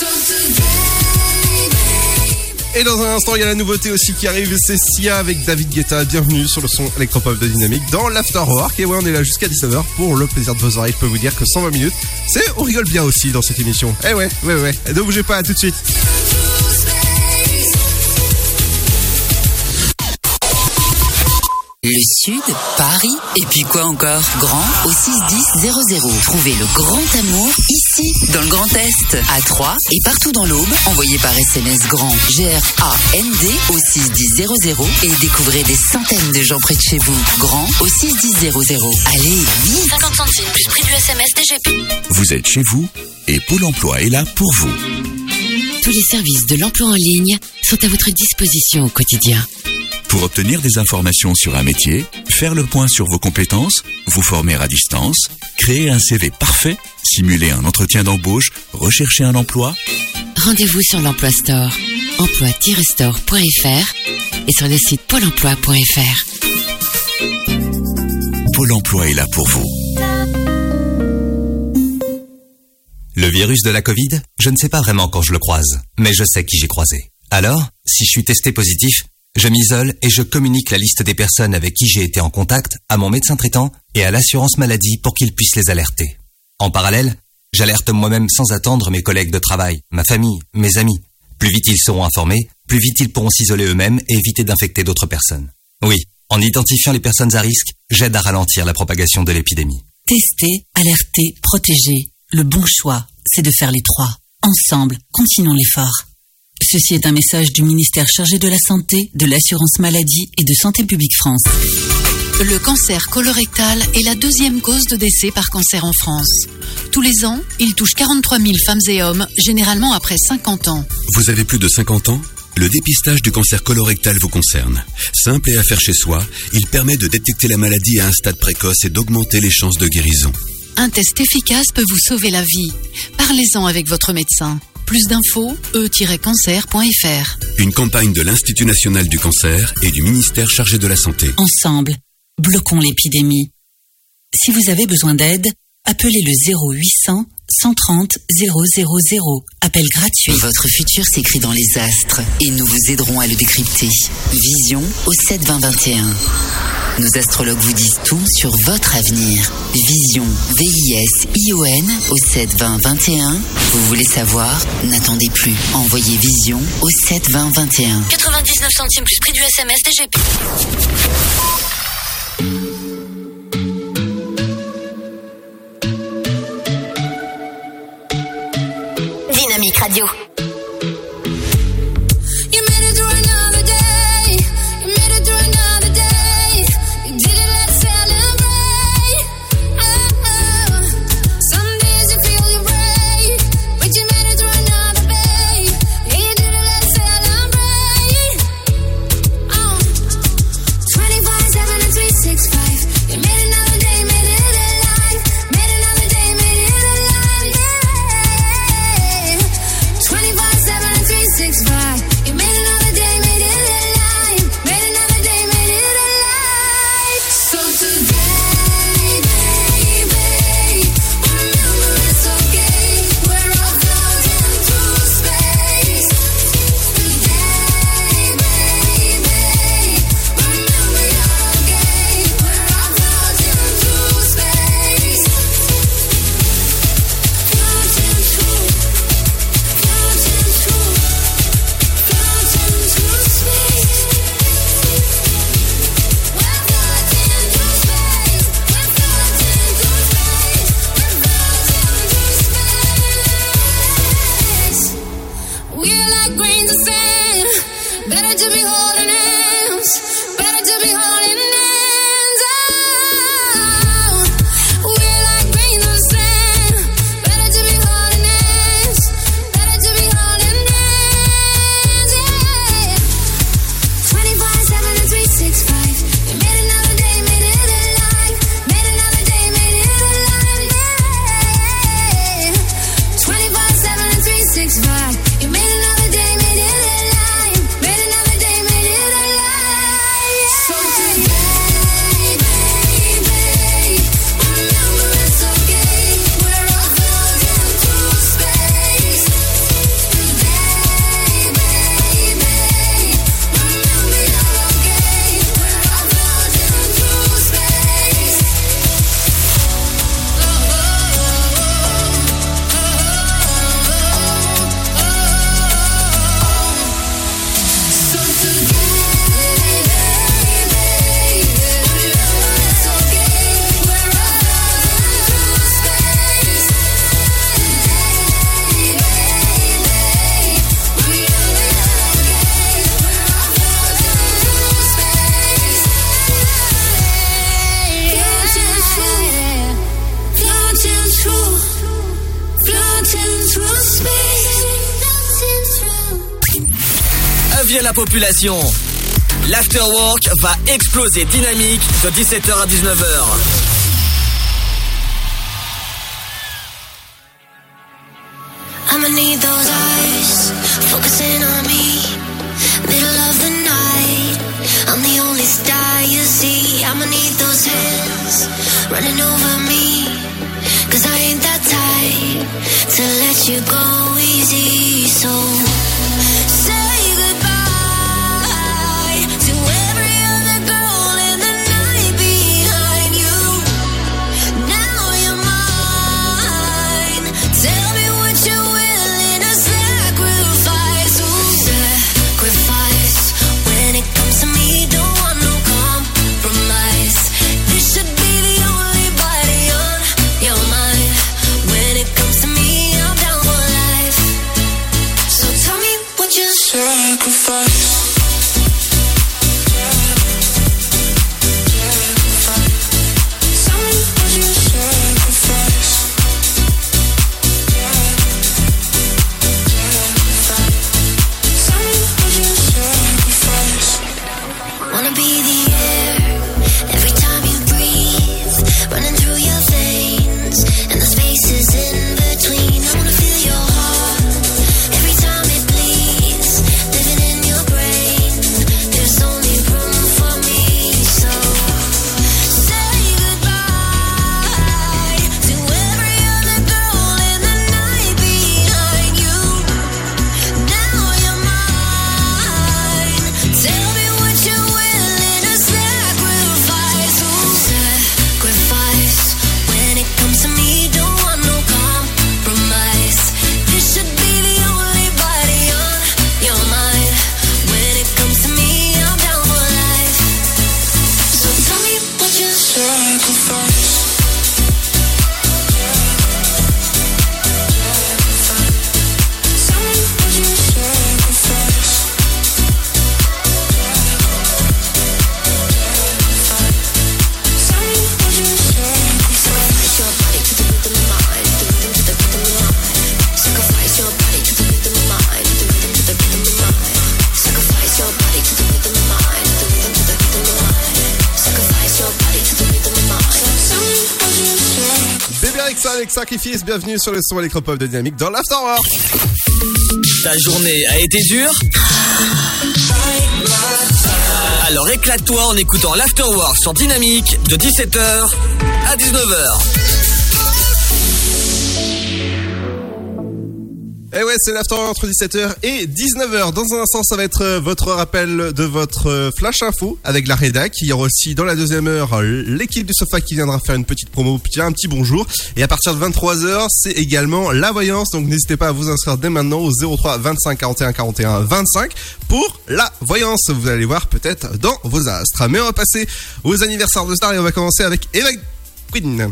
Et dans un instant, il y a la nouveauté aussi qui arrive, c'est Sia avec David Guetta. Bienvenue sur le son électropop de Dynamique dans l'Afterwork. Et ouais, on est là jusqu'à dix-neuf heures pour le plaisir de vos oreilles. Je peux vous dire que cent vingt minutes, c'est, on rigole bien aussi dans cette émission. Eh ouais, ouais, ouais. Ne bougez pas, à tout de suite. Le Sud, Paris, et puis quoi encore? Grand au six dix zéro zéro. Trouvez le grand amour ici, dans le Grand Est, à Troyes et partout dans l'Aube. Envoyez par S M S GRAND, G R A N D au six dix zéro zéro et découvrez des centaines de gens près de chez vous. Grand au six dix zéro zéro. Allez, vite! cinquante centimes plus prix du S M S D G P. Vous êtes chez vous et Pôle emploi est là pour vous. Tous les services de l'emploi en ligne sont à votre disposition au quotidien. Pour obtenir des informations sur un métier, faire le point sur vos compétences, vous former à distance, créer un C V parfait, simuler un entretien d'embauche, rechercher un emploi. Rendez-vous sur l'Emploi Store, emploi tiret store point f r et sur le site pôle emploi point f r. Pôle emploi est là pour vous. Le virus de la Covid, je ne sais pas vraiment quand je le croise, mais je sais qui j'ai croisé. Alors, si je suis testé positif, je m'isole et je communique la liste des personnes avec qui j'ai été en contact à mon médecin traitant et à l'assurance maladie pour qu'ils puissent les alerter. En parallèle, j'alerte moi-même sans attendre mes collègues de travail, ma famille, mes amis. Plus vite ils seront informés, plus vite ils pourront s'isoler eux-mêmes et éviter d'infecter d'autres personnes. Oui, en identifiant les personnes à risque, j'aide à ralentir la propagation de l'épidémie. Tester, alerter, protéger. Le bon choix, c'est de faire les trois. Ensemble, continuons l'effort. Ceci est un message du ministère chargé de la Santé, de l'Assurance Maladie et de Santé Publique France. Le cancer colorectal est la deuxième cause de décès par cancer en France. Tous les ans, il touche quarante-trois mille femmes et hommes, généralement après cinquante ans. Vous avez plus de cinquante ans ? Le dépistage du cancer colorectal vous concerne. Simple et à faire chez soi, il permet de détecter la maladie à un stade précoce et d'augmenter les chances de guérison. Un test efficace peut vous sauver la vie. Parlez-en avec votre médecin. Plus d'infos, e tiret cancer point f r. Une campagne de l'Institut national du cancer et du ministère chargé de la santé. Ensemble, bloquons l'épidémie. Si vous avez besoin d'aide, appelez le zéro huit cents cent trente zéro zéro zéro. Appel gratuit. Votre futur s'écrit dans les astres et nous vous aiderons à le décrypter. Vision au sept vingt vingt et un. Nos astrologues vous disent tout sur votre avenir. Vision, V I S I O N au sept vingt vingt et un. Vous voulez savoir? N'attendez plus. Envoyez Vision au sept vingt vingt et un. quatre-vingt-dix-neuf centimes plus prix du S M S D G P. Dynamique Radio. twenty avis à la population. L'afterwork va exploser dynamique de dix-sept heures à dix-neuf heures. I'ma need those eyes focusing on me. Middle of the night, I'm the only star you see. I'ma need those hands running over me. Cause I ain't that type to let you go easy. So say goodbye to every other girl in the night behind you. Now you're mine. Tell me what you're willing to sacrifice. Ooh, sacrifice. When it comes to me, don't want no compromise. This should be the only body on your mind. When it comes to me, I'm down for life. So tell me what you sacrifice. Tell me what you sacrifice. Tell me what you sacrifice. Wanna be the air every time you breathe, running through your veins and the spaces in between. I wanna feel your heart every time it bleeds, living in your brain. There's only room for me, so say goodbye to every other girl in the night behind you. Now you're mine. Tell me what you're willing to sacrifice. Ooh, sacrifice. When it comes to me, don't want no compromise. This should be the only body on your mind. When it comes to me, I'm down for life. So tell me what you sacrifice. Tell me what you sacrifice. Tell me what you sacrifice. Your body to the rhythm of mine, the rhythm to the rhythm of mine. Sacrifice your body to the rhythm of mine, the rhythm to the rhythm of mine. Sacrifice your body to the rhythm of mine, the rhythm to the rhythm of mine. Sacrifice your body to the rhythm of mine. Tell me what you sacrifice. Bébé Alexa avec Sacrifice, bienvenue sur le son électropop de Dynamique dans l'Afterwork. Ta journée a été dure? Alors éclate-toi en écoutant l'Afterwork sur Dynamique de dix-sept heures à dix-neuf heures. Et ouais, c'est l'Afterwork entre dix-sept heures et dix-neuf heures. Dans un instant, ça va être euh, votre rappel de votre euh, flash info avec la rédac. Il y aura aussi dans la deuxième heure euh, l'équipe du Sofa qui viendra faire une petite promo, tiens, un petit bonjour. Et à partir de vingt-trois heures, c'est également la voyance. Donc n'hésitez pas à vous inscrire dès maintenant au zéro trois vingt-cinq quarante et un quarante et un vingt-cinq pour la voyance. Vous allez voir peut-être dans vos astres. Mais on va passer aux anniversaires de stars et on va commencer avec Eva Queen.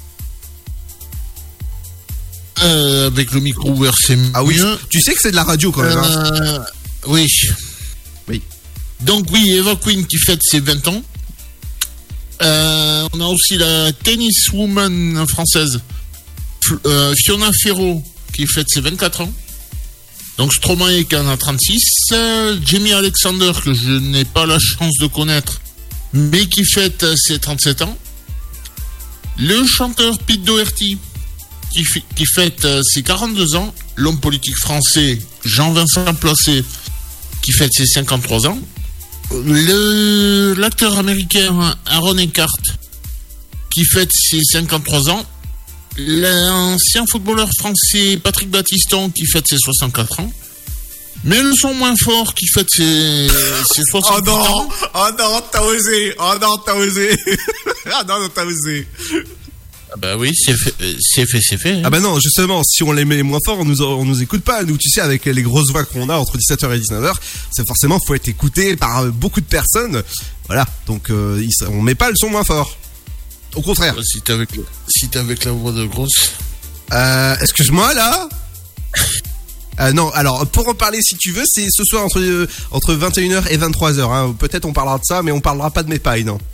Euh, avec le micro ouvert, c'est Ah oui, mieux. tu sais que c'est de la radio quand même. Hein. Euh, oui. Oui. Donc oui, Eva Queen qui fête ses vingt ans. Euh, on a aussi la tenniswoman française F- euh, Fiona Ferro qui fête ses vingt-quatre ans. Donc Stromae qui en a trente-six. Euh, Jamie Alexander que je n'ai pas la chance de connaître, mais qui fête ses trente-sept ans. Le chanteur Pete Doherty qui, f- qui fête euh, ses quarante-deux ans. L'homme politique français Jean-Vincent Placé qui fête ses cinquante-trois ans. Le, l'acteur américain Aaron Eckhart qui fête ses cinquante-trois ans. L'ancien footballeur français Patrick Battiston qui fête ses soixante-quatre ans. Mais le son moins fort qui fête ses, ses soixante-huit oh non, ans. Oh non, t'as osé. Oh non, t'as osé. Ah non, non, t'as osé. Ah bah oui, c'est fait, c'est fait, c'est fait. Hein. Ah bah non, justement, si on les met moins fort, on nous, on nous écoute pas. Nous, tu sais, avec les grosses voix qu'on a entre dix-sept heures et dix-neuf heures, c'est forcément, faut être écouté par euh, beaucoup de personnes. Voilà, donc euh, on met pas le son moins fort. Au contraire. Si t'es avec, si t'es avec la voix de grosse. Euh, excuse-moi, là. Euh, non, alors, pour en parler si tu veux, c'est ce soir entre, euh, entre vingt et une heures et vingt-trois heures. Hein. Peut-être on parlera de ça, mais on parlera pas de mes pailles, non.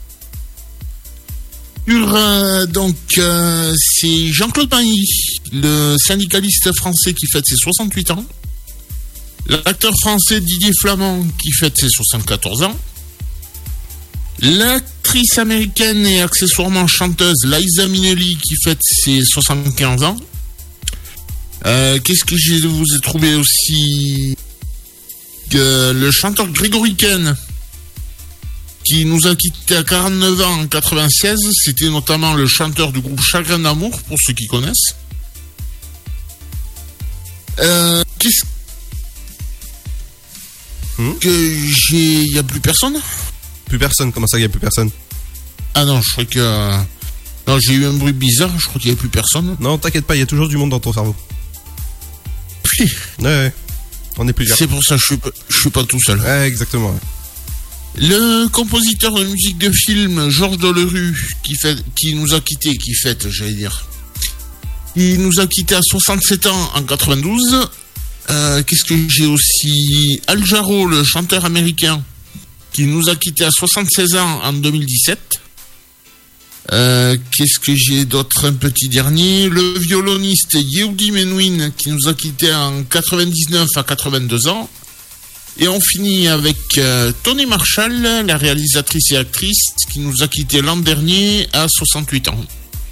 Sur, euh, donc, euh, c'est Jean-Claude Mailly, le syndicaliste français qui fête ses soixante-huit ans. L'acteur français Didier Flamand qui fête ses soixante-quatorze ans. L'actrice américaine et accessoirement chanteuse Liza Minnelli qui fête ses soixante-quinze ans. Euh, qu'est-ce que je vous ai trouvé aussi? Euh, le chanteur Grégory Ken qui nous a quittés à quarante-neuf ans en quatre-vingt-seize. C'était notamment le chanteur du groupe Chagrin d'amour, pour ceux qui connaissent. Euh, qu'est-ce hmm que j'ai... Il n'y a plus personne? Plus personne, comment ça, il n'y a plus personne? Ah non, je crois que... Euh... Non, j'ai eu un bruit bizarre, je crois qu'il n'y avait plus personne. Non, t'inquiète pas, il y a toujours du monde dans ton cerveau. Oui. Ouais, ouais. On est plusieurs. C'est pour ça que je suis pas, je suis pas tout seul. Ouais, exactement. Ouais. Le compositeur de musique de film, Georges Delerue, qui, fait, qui nous a quittés, qui fête, j'allais dire. Il nous a quittés à soixante-sept ans en quatre-vingt-douze. Euh, qu'est-ce que j'ai aussi? Al Jarreau, le chanteur américain, qui nous a quittés à soixante-seize ans en deux mille dix-sept. Euh, qu'est-ce que j'ai d'autre? Un petit dernier. Le violoniste Yehudi Menuhin, qui nous a quittés en quatre-vingt-dix-neuf à quatre-vingt-deux ans. Et on finit avec euh, Tony Marshall, la réalisatrice et actrice, qui nous a quittés l'an dernier à soixante-huit ans.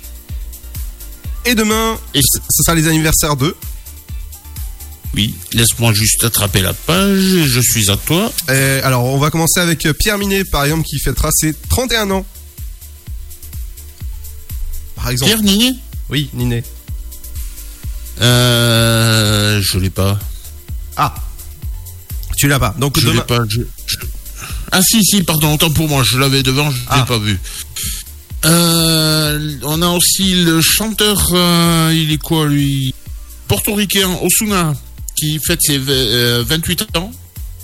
Et demain, et ce sera les anniversaires d'eux. Oui, laisse-moi juste attraper la page, je suis à toi. Et alors, on va commencer avec Pierre Minet, par exemple, qui fêtera ses trente et un ans. Par exemple. Pierre Ninet? Oui, Ninet. Euh... Je l'ai pas. Ah, tu l'as pas. Donc je demain... l'ai pas. Je, je... Ah si, si, pardon, autant pour moi, je l'avais devant, je ne l'ai ah. pas vu. Euh, on a aussi le chanteur, euh, il est quoi lui? Portoricain, Ozuna, qui fête ses vingt-huit ans.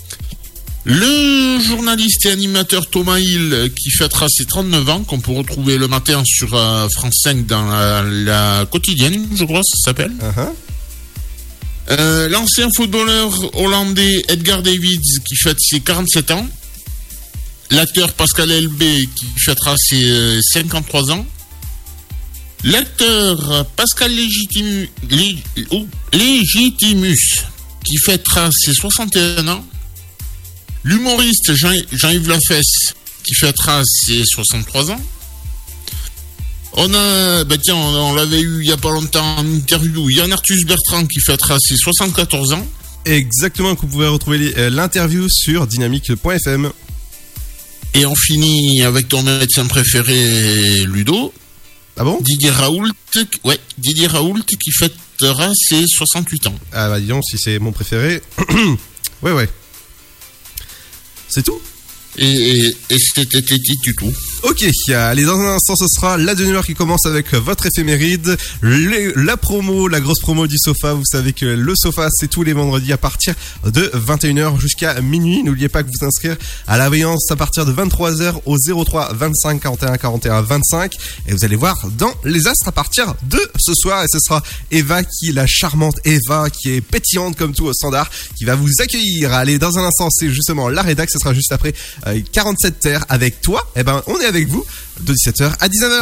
Le journaliste et animateur Thomas Hill, qui fêtera ses trente-neuf ans, qu'on peut retrouver le matin sur euh, France cinq dans la, la quotidienne, je crois, ça s'appelle. Uh-huh. Euh, l'ancien footballeur hollandais Edgar Davids, qui fête ses quarante-sept ans. L'acteur Pascal Elbé, qui fêtera ses euh, cinquante-trois ans. L'acteur Pascal Légitimu, Lég, oh, Légitimus, qui fêtera ses soixante et un ans. L'humoriste Jean, Jean-Yves Lafesse, qui fêtera ses soixante-trois ans. On a, bah tiens, on, on l'avait eu il y a pas longtemps en interview, Yann Arthus Bertrand, qui fêtera ses soixante-quatorze ans. Exactement, que vous pouvez retrouver l'interview sur dynamique point f m. Et on finit avec ton médecin préféré, Ludo. Ah bon? Didier Raoult, ouais, Didier Raoult, qui fêtera ses soixante-huit ans. Ah bah dis donc, si c'est mon préféré. ouais, ouais. C'est tout? Et, et, et c'était du tout. Ok, allez, dans un instant, ce sera la demi-heure qui commence avec votre éphéméride, les, la promo, la grosse promo du sofa. Vous savez que le sofa, c'est tous les vendredis à partir de vingt et une heures jusqu'à minuit. N'oubliez pas que vous inscrire à la veillance à partir de vingt-trois heures au zéro trois vingt-cinq quarante et un quarante et un vingt-cinq. Et vous allez voir dans les astres à partir de ce soir. Et ce sera Eva, qui est la charmante Eva, qui est pétillante comme tout au standard, qui va vous accueillir. Allez, dans un instant, c'est justement la rédac. Ce sera juste après euh, quarante-sept terres avec toi. Eh ben, on est avec vous de dix-sept heures à dix-neuf heures.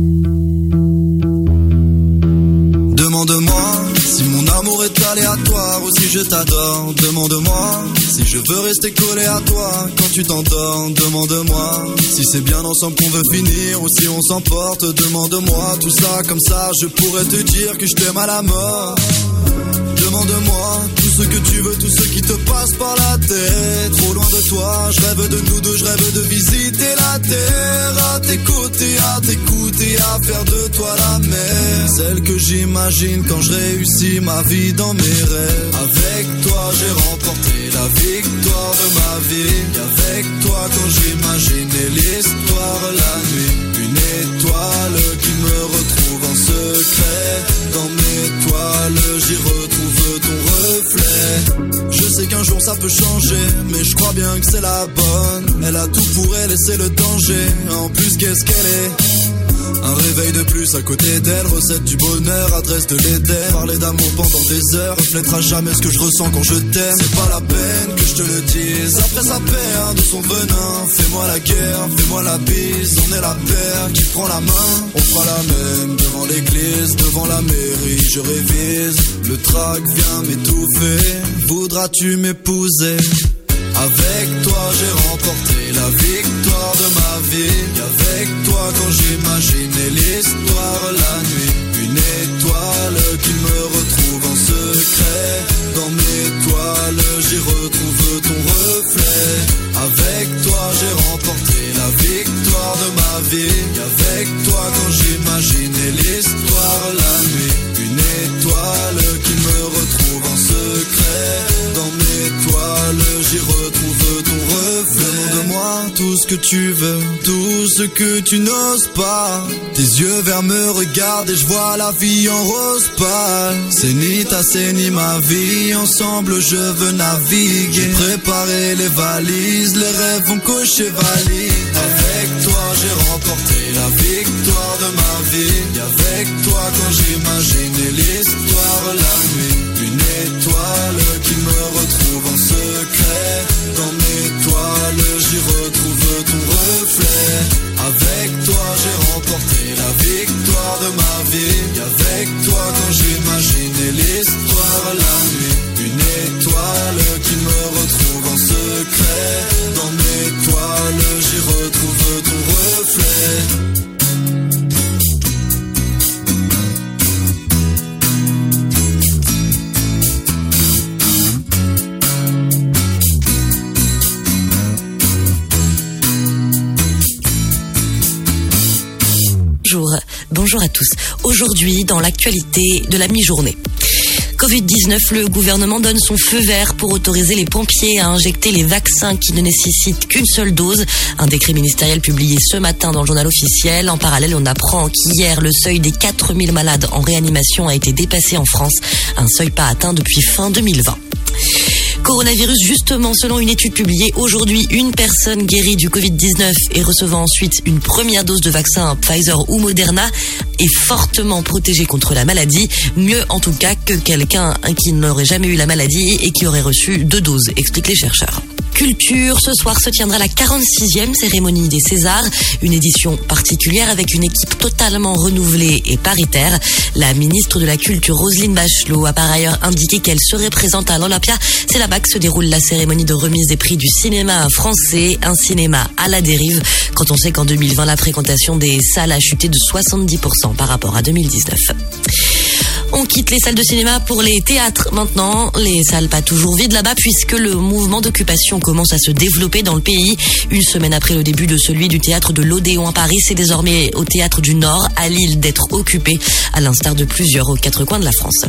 Demande-moi si mon amour est aléatoire ou si je t'adore. Demande-moi si je veux rester collé à toi quand tu t'endors. Demande-moi si c'est bien ensemble qu'on veut finir ou si on s'emporte. Demande-moi tout ça, comme ça je pourrais te dire que je t'aime à la mort. Demande-moi tout ce que tu veux, tout ce qui te passe par la tête. Trop loin de toi, je rêve de nous deux, je rêve de visiter la terre. À tes côtés, à t'écouter, à faire de toi la mer. Celle que j'imagine quand je réussis ma vie dans mes rêves. Avec toi j'ai remporté la victoire de ma vie. Et avec toi quand j'imaginais l'histoire la nuit. Une étoile qui me retrouve en secret. Dans mes toiles j'y retrouve ton reflet. Je sais qu'un jour ça peut changer, mais je crois bien que c'est la bonne. Elle a tout pour elle et c'est le danger. En plus qu'est-ce qu'elle est Un réveil de plus à côté d'elle, recette du bonheur, adresse de l'Éden. Parler d'amour pendant des heures, reflètera jamais ce que je ressens quand je t'aime. C'est pas la peine que je te le dise, après ça perd de son venin. Fais-moi la guerre, fais-moi la bise, on est la paire qui prend la main. On fera la même devant l'église, devant la mairie, je révise. Le trac vient m'étouffer, voudras-tu m'épouser? Avec toi j'ai remporté la victoire de ma vie. Avec toi quand j'imaginais l'histoire la nuit. Une étoile qui me retrouve en secret. Dans mes toiles j'y retrouve ton reflet. Avec toi j'ai remporté la victoire de ma vie. Avec toi quand j'imaginais l'histoire la nuit. Une étoile qui me retrouve en secret. Dans mes toiles j'y retrouve ton reflet. Demande-moi tout ce que tu veux, tout ce que tu n'oses pas. Tes yeux verts me regardent et je vois la vie en rose pâle. C'est ni ta, c'est ni ma vie, ensemble je veux naviguer. J'ai préparé les valises, les rêves vont cocher valise. Avec toi j'ai remporté la victoire de ma vie. Et avec toi quand j'imaginais l'histoire la nuit. Une étoile qui me retrouve en secret. Dans mes toiles j'y retrouve ton reflet. Avec toi j'ai remporté la victoire de ma vie. Et avec toi quand j'imaginais l'histoire la nuit. Une étoile qui me retrouve en secret. Dans mes toiles j'y retrouve ton reflet. Bonjour, bonjour à tous. Aujourd'hui, dans l'actualité de la mi-journée. covid dix-neuf, le gouvernement donne son feu vert pour autoriser les pompiers à injecter les vaccins qui ne nécessitent qu'une seule dose. Un décret ministériel publié ce matin dans le journal officiel. En parallèle, on apprend qu'hier, le seuil des quatre mille malades en réanimation a été dépassé en France. Un seuil pas atteint depuis fin deux mille vingt. Coronavirus, justement, selon une étude publiée aujourd'hui, une personne guérie du covid dix-neuf et recevant ensuite une première dose de vaccin Pfizer ou Moderna est fortement protégée contre la maladie, mieux en tout cas que quelqu'un qui n'aurait jamais eu la maladie et qui aurait reçu deux doses, expliquent les chercheurs. Culture, ce soir se tiendra la quarante-sixième cérémonie des Césars, une édition particulière avec une équipe totalement renouvelée et paritaire. La ministre de la Culture, Roselyne Bachelot, a par ailleurs indiqué qu'elle serait présente à l'Olympia. C'est là-bas que se déroule la cérémonie de remise des prix du cinéma français, un cinéma à la dérive, quand on sait qu'en deux mille vingt, la fréquentation des salles a chuté de soixante-dix pour cent par rapport à deux mille dix-neuf. On quitte les salles de cinéma pour les théâtres maintenant. Les salles pas toujours vides là-bas puisque le mouvement d'occupation commence à se développer dans le pays. Une semaine après le début de celui du théâtre de l'Odéon à Paris, c'est désormais au théâtre du Nord, à Lille, d'être occupé, à l'instar de plusieurs aux quatre coins de la France.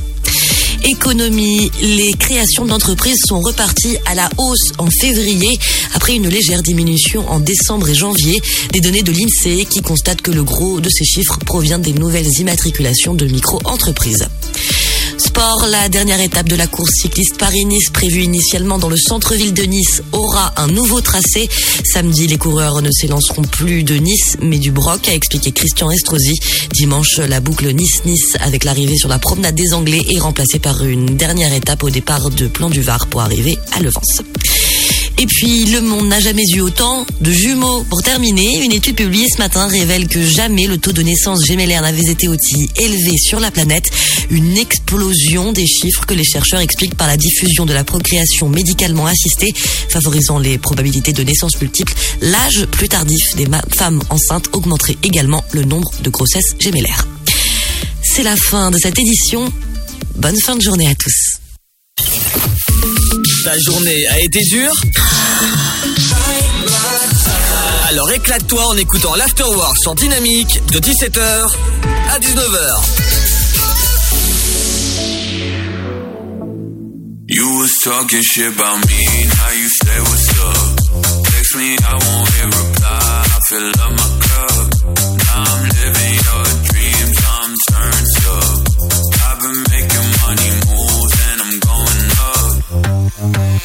Économie, les créations d'entreprises sont reparties à la hausse en février après une légère diminution en décembre et janvier. Des données de l'INSEE qui constatent que le gros de ces chiffres provient des nouvelles immatriculations de micro-entreprises. Sport, la dernière étape de la course cycliste Paris-Nice prévue initialement dans le centre-ville de Nice aura un nouveau tracé. Samedi, les coureurs ne s'élanceront plus de Nice mais du Broc, a expliqué Christian Estrosi. Dimanche, la boucle Nice-Nice avec l'arrivée sur la promenade des Anglais est remplacée par une dernière étape au départ de Plan-du-Var pour arriver à Levance. Et puis, le monde n'a jamais eu autant de jumeaux. Pour terminer, une étude publiée ce matin révèle que jamais le taux de naissance gémellaire n'avait été aussi élevé sur la planète. Une explosion des chiffres que les chercheurs expliquent par la diffusion de la procréation médicalement assistée, favorisant les probabilités de naissance multiples. L'âge plus tardif des femmes enceintes augmenterait également le nombre de grossesses gémellaires. C'est la fin de cette édition. Bonne fin de journée à tous. Ta journée a été dure? Alors éclate-toi en écoutant l'Afterwork sur Dynamique de dix-sept heures à dix-neuf heures. You was talking shit about me, now you say what's up. Text me, I won't hit reply, I fill up my cup. Now I'm living your dreams, I'm turned up. I've been making money moves and I'm going up.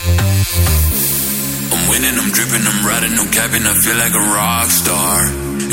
I'm winning, I'm dripping, I'm riding, no capping, I feel like a rock star.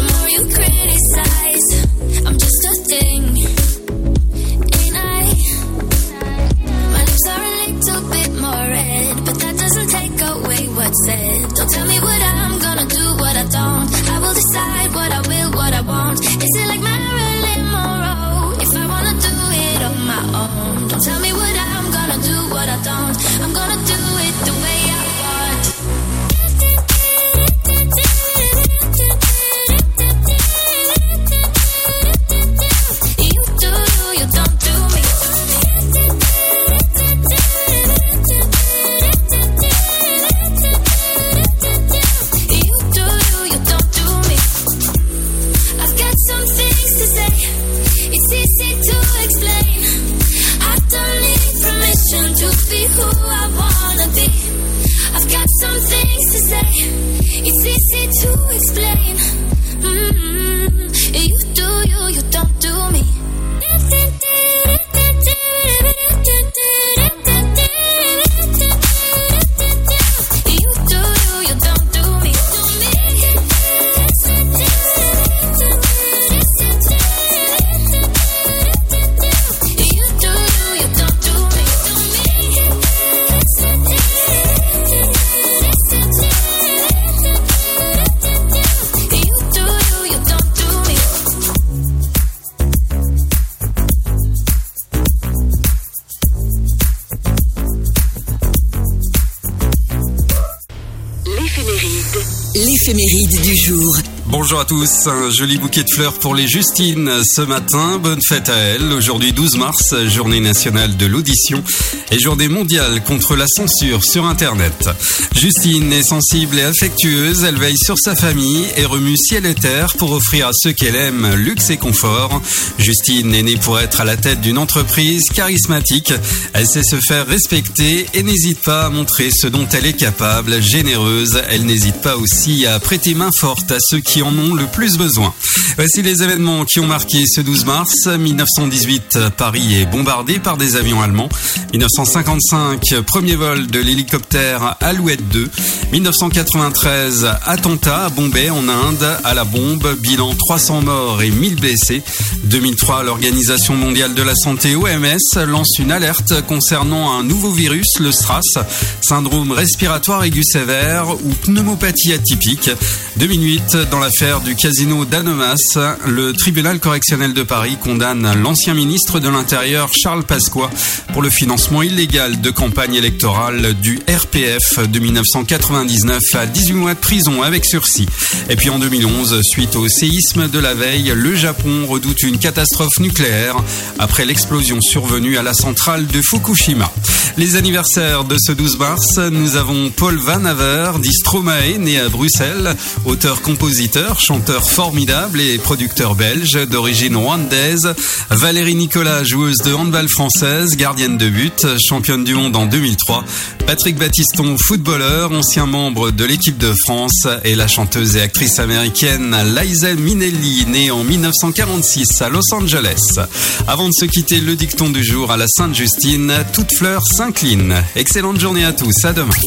Bonjour à tous, un joli bouquet de fleurs pour les Justines ce matin, bonne fête à elles. Aujourd'hui douze mars, journée nationale de l'audition et journée mondiale contre la censure sur Internet. Justine est sensible et affectueuse, elle veille sur sa famille et remue ciel et terre pour offrir à ceux qu'elle aime luxe et confort. Justine est née pour être à la tête d'une entreprise charismatique, elle sait se faire respecter et n'hésite pas à montrer ce dont elle est capable, généreuse, elle n'hésite pas aussi à prêter main forte à ceux qui en ont le plus besoin. Voici les événements qui ont marqué ce douze mars. mille neuf cent dix-huit, Paris est bombardé par des avions allemands. mille neuf cent cinquante-cinq, premier vol de l'hélicoptère Alouette deux. mille neuf cent quatre-vingt-treize, attentat à Bombay en Inde à la bombe, bilan trois cents morts et mille blessés. deux mille trois, l'Organisation mondiale de la santé O M S lance une alerte concernant un nouveau virus, le SRAS, syndrome respiratoire aigu sévère ou pneumopathie atypique. deux mille huit, dans l'affaire du casino d'Annemasse, le tribunal correctionnel de Paris condamne l'ancien ministre de l'Intérieur Charles Pasqua pour le financement illégal de campagne électorale du R P F de mille neuf cent quatre-vingt-dix-neuf à dix-huit mois de prison avec sursis. Et puis en deux mille onze, suite au séisme de la veille, le Japon redoute une catastrophe nucléaire après l'explosion survenue à la centrale de Fukushima. Les anniversaires de ce douze mars, nous avons Paul Van Haver, dit Stromae, né à Bruxelles, auteur-compositeur, chanteur formidable et producteur belge d'origine rwandaise. Valérie Nicolas, joueuse de handball française, gardienne de but, championne du monde en deux mille trois. Patrick Battiston, footballeur, ancien membre de l'équipe de France, et la chanteuse et actrice américaine Liza Minnelli, née en mille neuf cent quarante-six à Los Angeles. Avant de se quitter, le dicton du jour à la Sainte-Justine, toute fleur s'incline. Excellente journée à tous, à demain.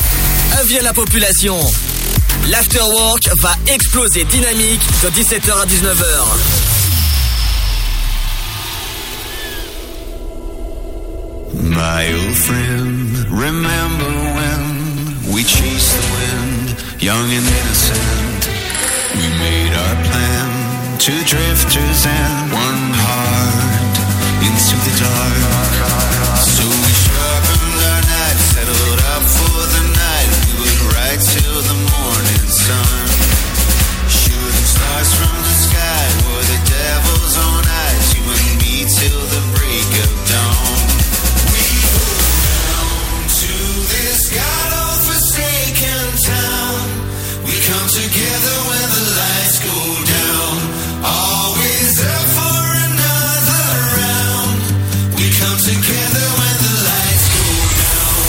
Avis à la population, l'afterwork va exploser dynamique de dix-sept heures à dix-neuf heures. My old friend, remember when we chased the wind, young and innocent. We made our plan, two drifters and one heart into the dark. So we sharpened our knives, settled up for the night. We would ride till the morning sun. Shooting stars from the sky were the devil's own eyes. You and me till the break of dawn. Together when the lights go down, always up for another round. We come together when the lights go down.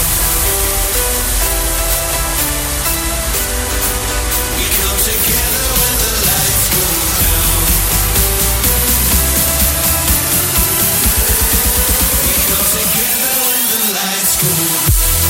We come together when the lights go down. We come together when the lights go down.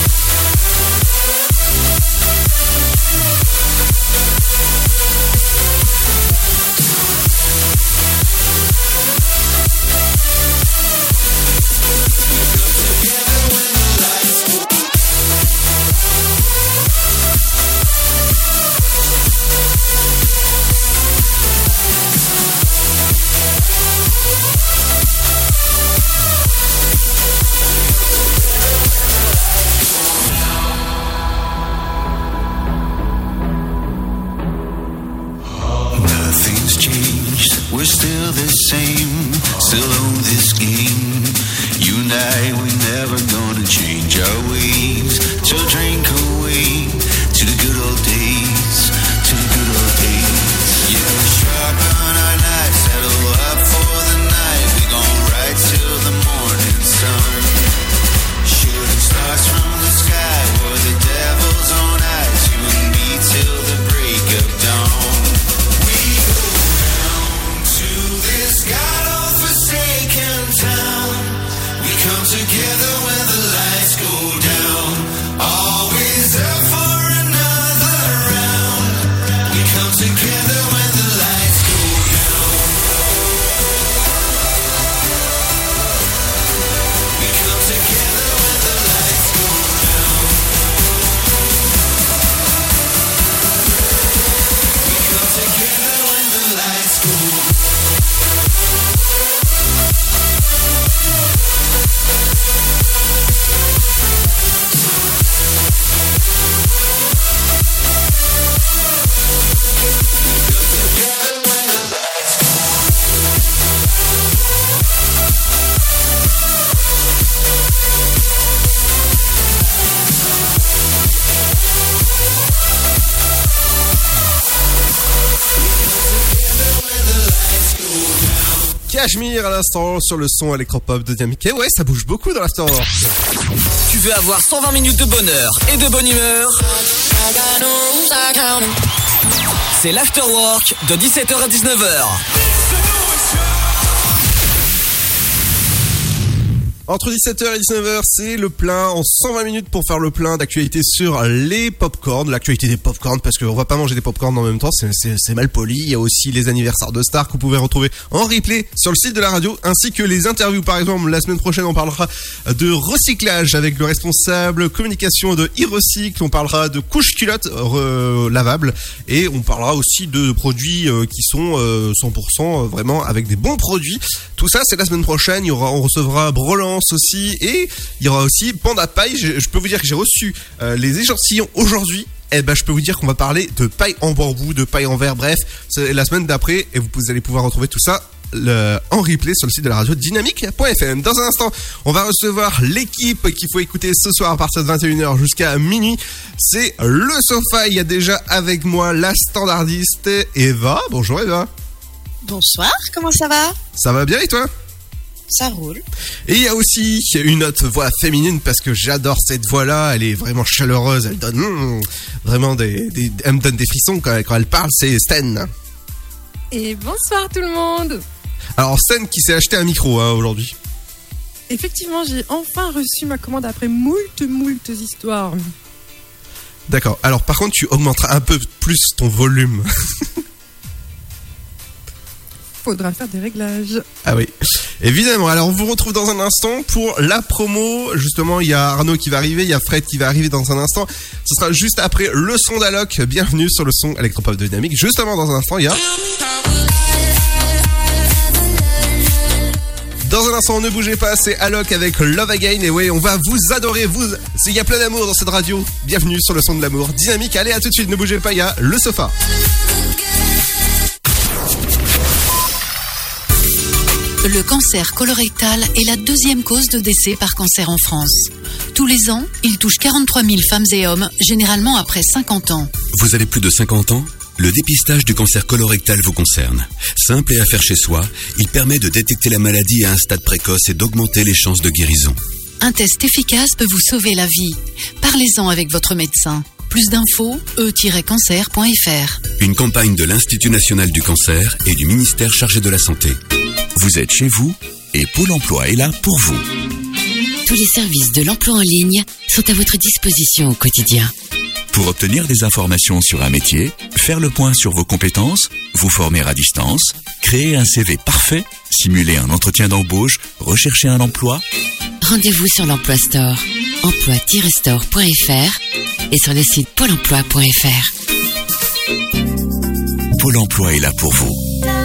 We're still the same, still own this game. You and I, we're never gonna change our ways. To drink away to the good old days, to the good old days. Yeah, we sharpen our knives, settle up for the night. We gon' ride till the morning sun. Shooting stars from the sky were the devil's own eyes. You and me till the break of dawn. Together when the lights go down, all Cashmere à l'instant sur le son électropop de Dynamique. Et ouais, ça bouge beaucoup dans l'Afterwork. Tu veux avoir cent vingt minutes de bonheur et de bonne humeur? C'est l'Afterwork de dix-sept heures à dix-neuf heures. Entre dix-sept heures et dix-neuf heures, c'est le plein en cent vingt minutes pour faire le plein d'actualités sur les popcorn, l'actualité des popcorn, parce qu'on va pas manger des popcorn en même temps, c'est, c'est, c'est mal poli. Il y a aussi les anniversaires de stars que vous pouvez retrouver en replay sur le site de la radio, ainsi que les interviews. Par exemple, la semaine prochaine, on parlera de recyclage avec le responsable communication de e-recycle, on parlera de couches culottes euh, lavables, et on parlera aussi de produits euh, qui sont euh, cent pour cent vraiment avec des bons produits. Tout ça, c'est la semaine prochaine. Il y aura, on recevra Brolance aussi, et il y aura aussi Panda Paille. Je, je peux vous dire que j'ai reçu euh, les échantillons aujourd'hui. Eh ben, je peux vous dire qu'on va parler de paille en bambou, de paille en verre, bref, c'est la semaine d'après, et vous, vous allez pouvoir retrouver tout ça le, en replay sur le site de la radio dynamique point f m. Dans un instant, on va recevoir l'équipe qu'il faut écouter ce soir à partir de vingt et une heures jusqu'à minuit. C'est le sofa. Il y a déjà avec moi la standardiste Eva. Bonjour Eva. Bonsoir, comment ça va? Ça va bien et toi? Ça roule. Et il y a aussi une autre voix féminine, parce que j'adore cette voix-là, elle est vraiment chaleureuse, elle donne mmh, vraiment des, des, elle me donne des frissons quand elle, quand elle parle, c'est Sten. Et bonsoir tout le monde. Alors Sten qui s'est acheté un micro hein, aujourd'hui. Effectivement, j'ai enfin reçu ma commande après moult, moult histoires. D'accord, alors par contre tu augmenteras un peu plus ton volume. Faudra faire des réglages. Ah oui, évidemment. Alors on vous retrouve dans un instant pour la promo. Justement, il y a Arnaud qui va arriver, il y a Fred qui va arriver dans un instant. Ce sera juste après le son d'Alok. Bienvenue sur le son électropop de Dynamique. Justement, dans un instant, il y a... Dans un instant, ne bougez pas, c'est Alok avec Love Again. Et oui, on va vous adorer. Vous, il y a plein d'amour dans cette radio. Bienvenue sur le son de l'amour. Dynamique, allez, à tout de suite. Ne bougez pas, il y a le sofa. Le cancer colorectal est la deuxième cause de décès par cancer en France. Tous les ans, il touche quarante-trois mille femmes et hommes, généralement après cinquante ans. Vous avez plus de cinquante ans ? Le dépistage du cancer colorectal vous concerne. Simple et à faire chez soi, il permet de détecter la maladie à un stade précoce et d'augmenter les chances de guérison. Un test efficace peut vous sauver la vie. Parlez-en avec votre médecin. Plus d'infos, e tiret cancer point f r. Une campagne de l'Institut national du cancer et du ministère chargé de la santé. Vous êtes chez vous et Pôle emploi est là pour vous. Tous les services de l'emploi en ligne sont à votre disposition au quotidien. Pour obtenir des informations sur un métier, faire le point sur vos compétences, vous former à distance, créer un C V parfait, simuler un entretien d'embauche, rechercher un emploi. Rendez-vous sur l'Emploi Store, emploi tiret store point f r et sur le site pôle emploi point f r. Pôle emploi est là pour vous.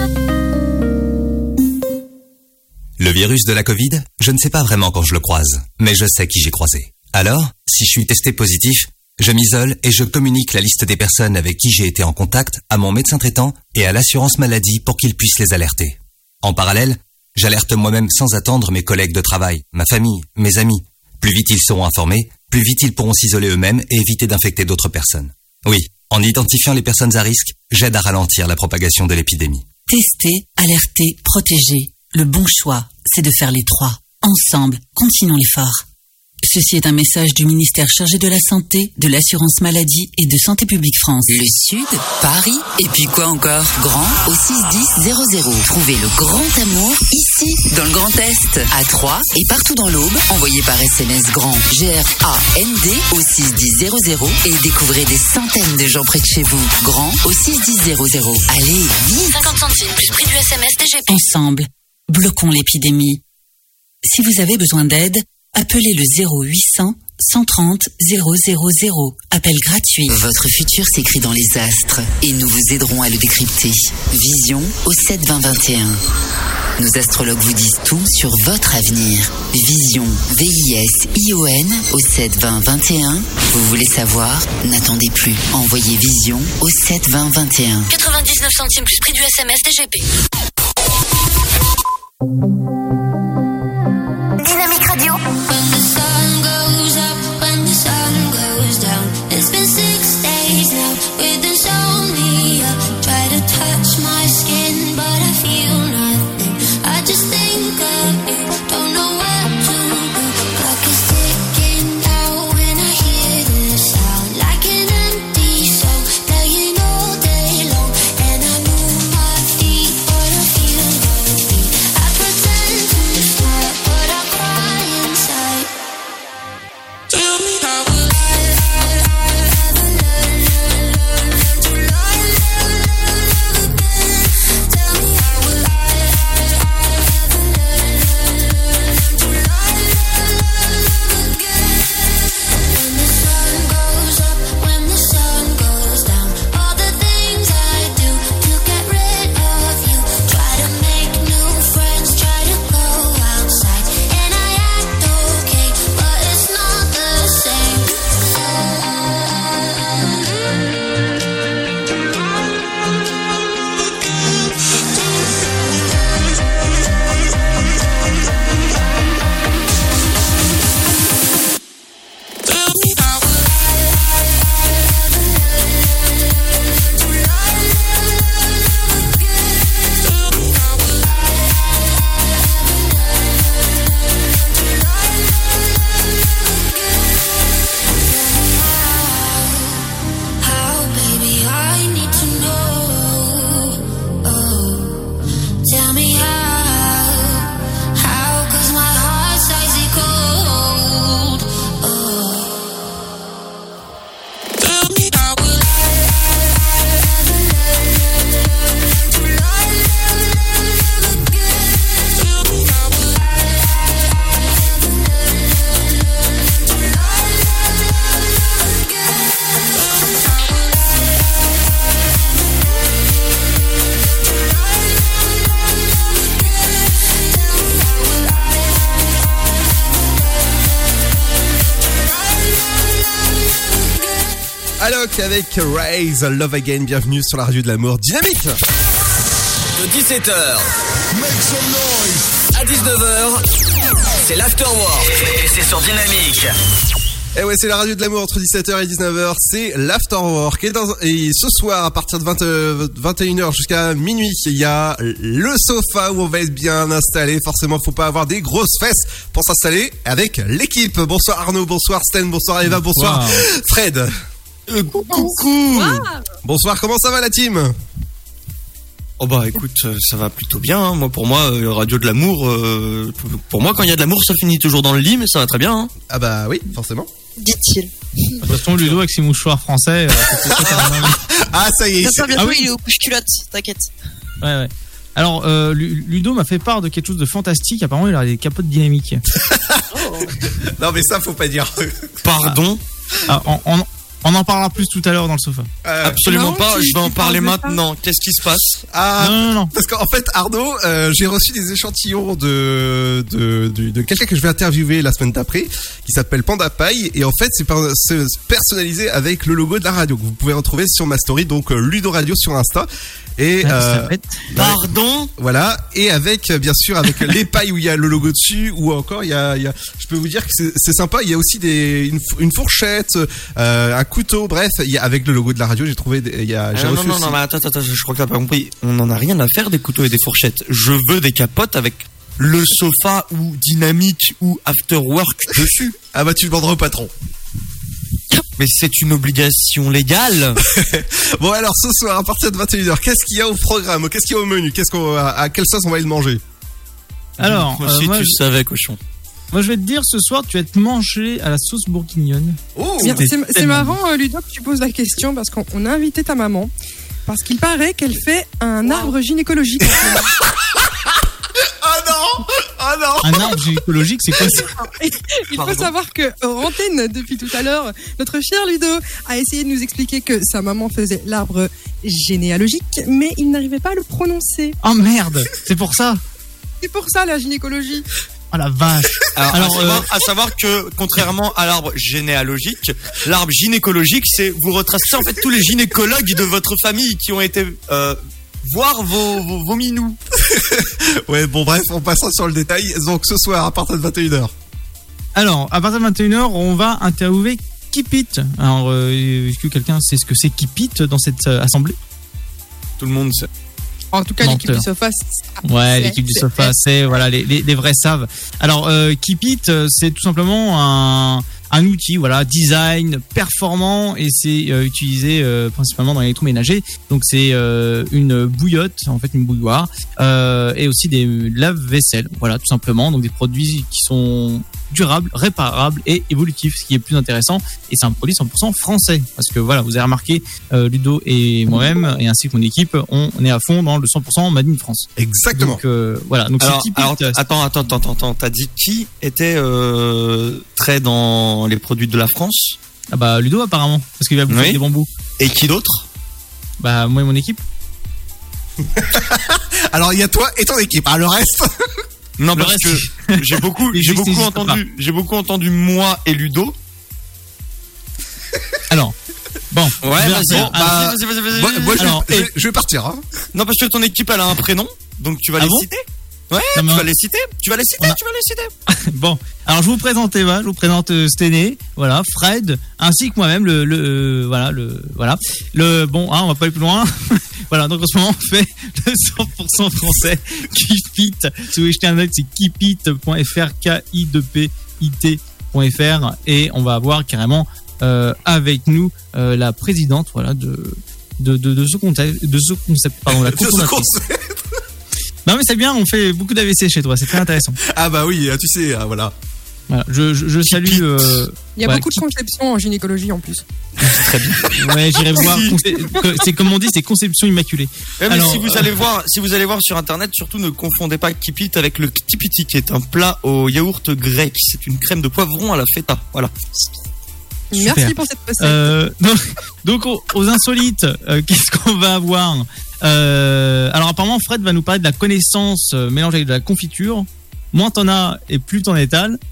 Le virus de la Covid, je ne sais pas vraiment quand je le croise, mais je sais qui j'ai croisé. Alors, si je suis testé positif, je m'isole et je communique la liste des personnes avec qui j'ai été en contact à mon médecin traitant et à l'assurance maladie pour qu'ils puissent les alerter. En parallèle, j'alerte moi-même sans attendre mes collègues de travail, ma famille, mes amis. Plus vite ils seront informés, plus vite ils pourront s'isoler eux-mêmes et éviter d'infecter d'autres personnes. Oui, en identifiant les personnes à risque, j'aide à ralentir la propagation de l'épidémie. Tester, alerter, protéger. Le bon choix, c'est de faire les trois. Ensemble, continuons l'effort. Ceci est un message du ministère chargé de la Santé, de l'Assurance Maladie et de Santé Publique France. Le Sud, Paris, et puis quoi encore? Grand au six dix zéro zéro. Trouvez le grand amour ici, dans le Grand Est, à Troyes et partout dans l'Aube. Envoyez par S M S grand G R A N D au six dix zéro zéro et découvrez des centaines de gens près de chez vous. Grand au six dix zéro zéro. Allez, vite! cinquante centimes plus prix du S M S D G P. Ensemble, bloquons l'épidémie. Si vous avez besoin d'aide, appelez le zéro huit cents cent trente zéro zéro zéro. Appel gratuit. Votre futur s'écrit dans les astres et nous vous aiderons à le décrypter. Vision au sept vingt vingt et un. Nos astrologues vous disent tout sur votre avenir. Vision, V I S I O N au sept vingt vingt et un. Vous voulez savoir? N'attendez plus. Envoyez Vision au sept vingt vingt et un. quatre-vingt-dix-neuf centimes plus prix du S M S D G P. Dynamique Radio. When the sun goes up, when the sun goes down. It's been six days now, with insomnia. Try to touch my skin, but I feel nothing. I just Alok avec Raise Love Again. Bienvenue sur la radio de l'amour dynamique. De dix-sept heures, make some noise. À dix-neuf heures, c'est l'Afterwork. Et c'est sur Dynamique. Et ouais, c'est la radio de l'amour entre dix-sept heures et dix-neuf heures, c'est l'Afterwork. Et, dans, et ce soir, à partir de vingt, vingt et une heures jusqu'à minuit, il y a le sofa où on va être bien installé. Forcément, faut pas avoir des grosses fesses pour s'installer avec l'équipe. Bonsoir Arnaud, bonsoir Sten, bonsoir Eva, bonsoir wow. Fred. Euh, coucou. Bonsoir, comment ça va la team ? Oh bah écoute, ça va plutôt bien. Hein. Moi, pour moi, euh, radio de l'amour, euh, pour moi, quand il y a de l'amour, ça finit toujours dans le lit, mais ça va très bien. Hein. Ah bah oui, forcément. Dit-il. De toute façon, Ludo avec ses mouchoirs français. Euh, ah ça y est. Ça bientôt, ah, oui. il est au couche-culotte, t'inquiète. Ouais ouais. Alors, euh, Ludo m'a fait part de quelque chose de fantastique. Apparemment, il a des capotes dynamiques. Oh. Non mais ça, faut pas dire. Pardon. Ah, on, on, on en parlera plus tout à l'heure dans le sofa. Euh, Absolument non, pas, tu, je vais en parler maintenant. Qu'est-ce qui se passe ? Ah, non, non, non. Parce qu'en fait, Arnaud, euh, j'ai reçu des échantillons de, de, de, de quelqu'un que je vais interviewer la semaine d'après, qui s'appelle Panda Paille, et en fait, c'est, par, c'est personnalisé avec le logo de la radio, que vous pouvez retrouver sur ma story, donc euh, Ludo Radio sur Insta. Et euh, pardon. Voilà, et avec bien sûr avec les pailles où il y a le logo dessus, ou encore il y a, il y a je peux vous dire que c'est, c'est sympa, il y a aussi des une, une fourchette, euh, un couteau, bref, il y a, avec le logo de la radio, j'ai trouvé des, il y a ah j'ai non, reçu non aussi. non non, mais attends attends, je crois que t'as pas compris. On n'en a rien à faire des couteaux et des fourchettes. Je veux des capotes avec le sofa ou Dynamique ou Afterwork dessus. Ah bah tu le vendras au patron. Mais c'est une obligation légale. Bon alors ce soir à partir de vingt et une heures, qu'est-ce qu'il y a au programme ? Qu'est-ce qu'il y a au menu ? Qu'est-ce qu'on à, à quelle sauce on va aller le manger ? Alors, euh, si moi, tu je... savais, cochon. Moi je vais te dire, ce soir tu vas te manger à la sauce bourguignonne. Oh, c'est, c'est, c'est marrant Ludo que tu poses la question parce qu'on on a invité ta maman parce qu'il paraît qu'elle fait un arbre gynécologique. Oh non! Oh non! Un arbre gynécologique, c'est quoi ça? Il faut savoir que hors antenne, depuis tout à l'heure, notre cher Ludo a essayé de nous expliquer que sa maman faisait l'arbre généalogique, mais il n'arrivait pas à le prononcer. Oh merde! C'est pour ça? C'est pour ça la gynécologie. Oh la vache! Alors, Alors à, savoir, euh... à savoir que, contrairement à l'arbre généalogique, l'arbre gynécologique, c'est vous retracez en fait tous les gynécologues de votre famille qui ont été euh, voir vos, vos, vos minous. Ouais, bon bref, on passera sur le détail. Donc ce soir, à partir de vingt et une heures. Alors, à partir de vingt et une heures, on va interviewer Keep It. Alors, euh, est-ce que quelqu'un sait ce que c'est Keep It dans cette euh, assemblée? Tout le monde sait. En tout cas, Menteur. L'équipe du sofa. C'est... Ouais, l'équipe du sofa, c'est voilà, les, les, les vrais savent. Alors, euh, Keep It, c'est tout simplement un, un outil, voilà, design performant et c'est euh, utilisé euh, principalement dans l'électroménager. Donc, c'est euh, une bouillotte, en fait, une bouilloire, euh, et aussi des lave-vaisselle. Voilà, tout simplement. Donc, des produits qui sont durables, réparables et évolutifs, ce qui est plus intéressant. Et c'est un produit cent pour cent français. Parce que voilà, vous avez remarqué, euh, Ludo et moi-même, et ainsi que mon équipe, on, on est à fond dans le cent pour cent Made in France. Exactement. Donc, euh, voilà. Donc, alors, c'est alors, attends, attends, attends, attends. T'as dit qui était euh, très dans les produits de la France? Ah bah, Ludo, apparemment. Parce qu'il va bouffer oui. des bambous. Et qui d'autre? Bah, moi et mon équipe. Alors, il y a toi et ton équipe. Ah, le reste. Non, le parce reste, que j'ai beaucoup, j'ai beaucoup entendu, j'ai beaucoup entendu moi et Ludo. Alors, bon. Ouais, vas-y, bon, bah, vas-y, vas-y, vas-y. Moi, moi Alors, je, vais, je, je vais partir, hein. Non, parce que ton équipe, elle a un prénom, donc tu vas ah les bon citer. Ouais, non, tu vas les citer, tu vas les citer, a... tu vas les citer. Bon, alors je vous présente Eva, je vous présente euh, Stené, voilà, Fred, ainsi que moi-même, le, le euh, voilà, le, voilà, le, bon, hein, on va pas aller plus loin. Voilà, donc en ce moment on fait le cent pour cent français Keep It. Si vous voulez jeter un œil, c'est keepit point f r, K I deux P I T point f r, et on va avoir carrément euh, avec nous euh, la présidente, voilà, de de de, de ce concept, de ce concept, pardon, la cofondatrice. Non mais c'est bien, on fait beaucoup d'A V C chez toi, c'est très intéressant. Ah bah oui, tu sais, ah, voilà. Voilà, je, je, je salue. Euh, Il y a ouais, beaucoup de conceptions en gynécologie en plus. Très bien. Ouais, j'irai voir. C'est comme on dit, c'est conception immaculée. Ouais, mais alors, si vous euh, allez voir, si vous allez voir sur internet, surtout ne confondez pas Keep It avec le Tipiti, qui est un plat au yaourt grec. C'est une crème de poivron à la feta. Voilà. Super. Merci pour cette recette. Euh, donc, donc aux, aux insolites, euh, qu'est-ce qu'on va avoir? euh, Alors apparemment, Fred va nous parler de la connaissance euh, mélangée avec de la confiture. Moins t'en as et plus t'en étales.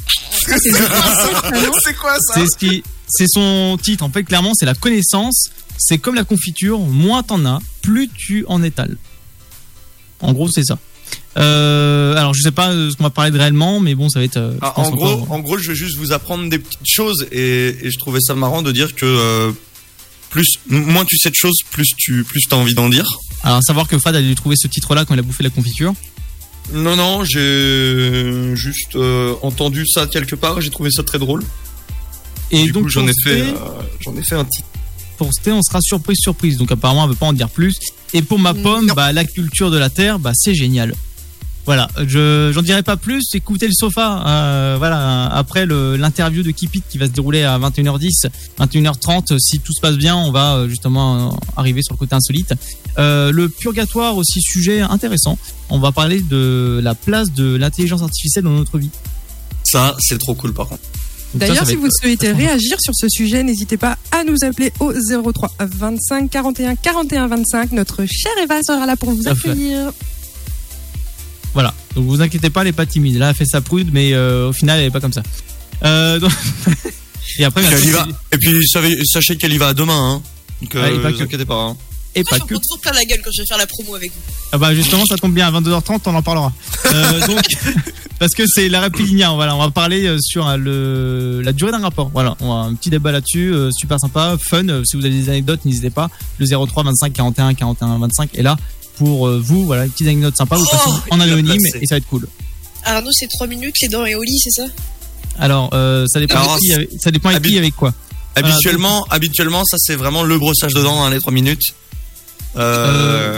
C'est quoi ça? C'est ce qui, c'est son titre. En fait, clairement, c'est la connaissance. C'est comme la confiture. Moins t'en as, plus tu en étales. En gros, c'est ça. Euh, alors, je sais pas ce qu'on va parler de réellement, mais bon, ça va être. Euh, Ah, en gros, encore... en gros, je vais juste vous apprendre des petites choses et, et je trouvais ça marrant de dire que euh, plus, moins tu sais de choses, plus tu, plus t'as envie d'en dire. Alors, savoir que Fad a dû trouver ce titre-là quand il a bouffé la confiture. Non, non, j'ai juste euh, entendu ça quelque part. J'ai trouvé ça très drôle. Et du donc, coup, j'en ai pour fait, Sté- euh, j'en ai fait un titre. Pour Sté, on sera surprise, surprise. Donc, apparemment, on veut pas en dire plus. Et pour ma pomme, bah, la culture de la terre, bah, c'est génial. Voilà, je j'en dirai pas plus. Écoutez le sofa. Euh, voilà, après le, l'interview de Keep It qui va se dérouler à vingt et une heures dix, vingt et une heures trente. Si tout se passe bien, on va euh, justement euh, arriver sur le côté insolite. Euh, le purgatoire aussi, sujet intéressant. On va parler de la place de l'intelligence artificielle dans notre vie. Ça, c'est trop cool par contre. Donc ça, D'ailleurs, ça va si être- vous souhaitez réagir sur ce sujet, n'hésitez pas à nous appeler au zéro trois vingt-cinq quarante et un quarante et un vingt-cinq. Notre chère Eva sera là pour vous Tout à fait. accueillir. Voilà, donc vous inquiétez pas, elle est pas timide. Là, elle fait sa prude, mais euh, au final, elle est pas comme ça. Euh, donc... Et après, Elle y va. bien sûr, Et puis, savez- sachez qu'elle y va demain. Hein. Donc, euh, Ouais, et pas vous que. inquiétez pas. Hein. et pas J'en que. prends toujours plein la gueule quand je vais faire la promo avec vous. Ah bah justement, ça tombe bien, à vingt-deux heures trente, on en parlera. Euh, donc, parce que c'est la réplinia, voilà, on va parler euh, sur euh, le, la durée d'un rapport. Voilà, on a un petit débat là-dessus, euh, super sympa, fun. Euh, si vous avez des anecdotes, n'hésitez pas. Le zéro trois vingt-cinq quarante et un quarante et un vingt-cinq est là pour euh, vous. Voilà, une petite anecdote sympa, vous Oh, passez en il l'a anonyme placé. et ça va être cool. Arnaud, c'est trois minutes, les dents et au lit, c'est ça? Alors, euh, ça dépend Alors, avec qui, avec- ça dépend avec habi- qui, avec quoi. Voilà, Habituellement, habituellement, ça c'est vraiment le brossage de dents dans les trois minutes. Euh,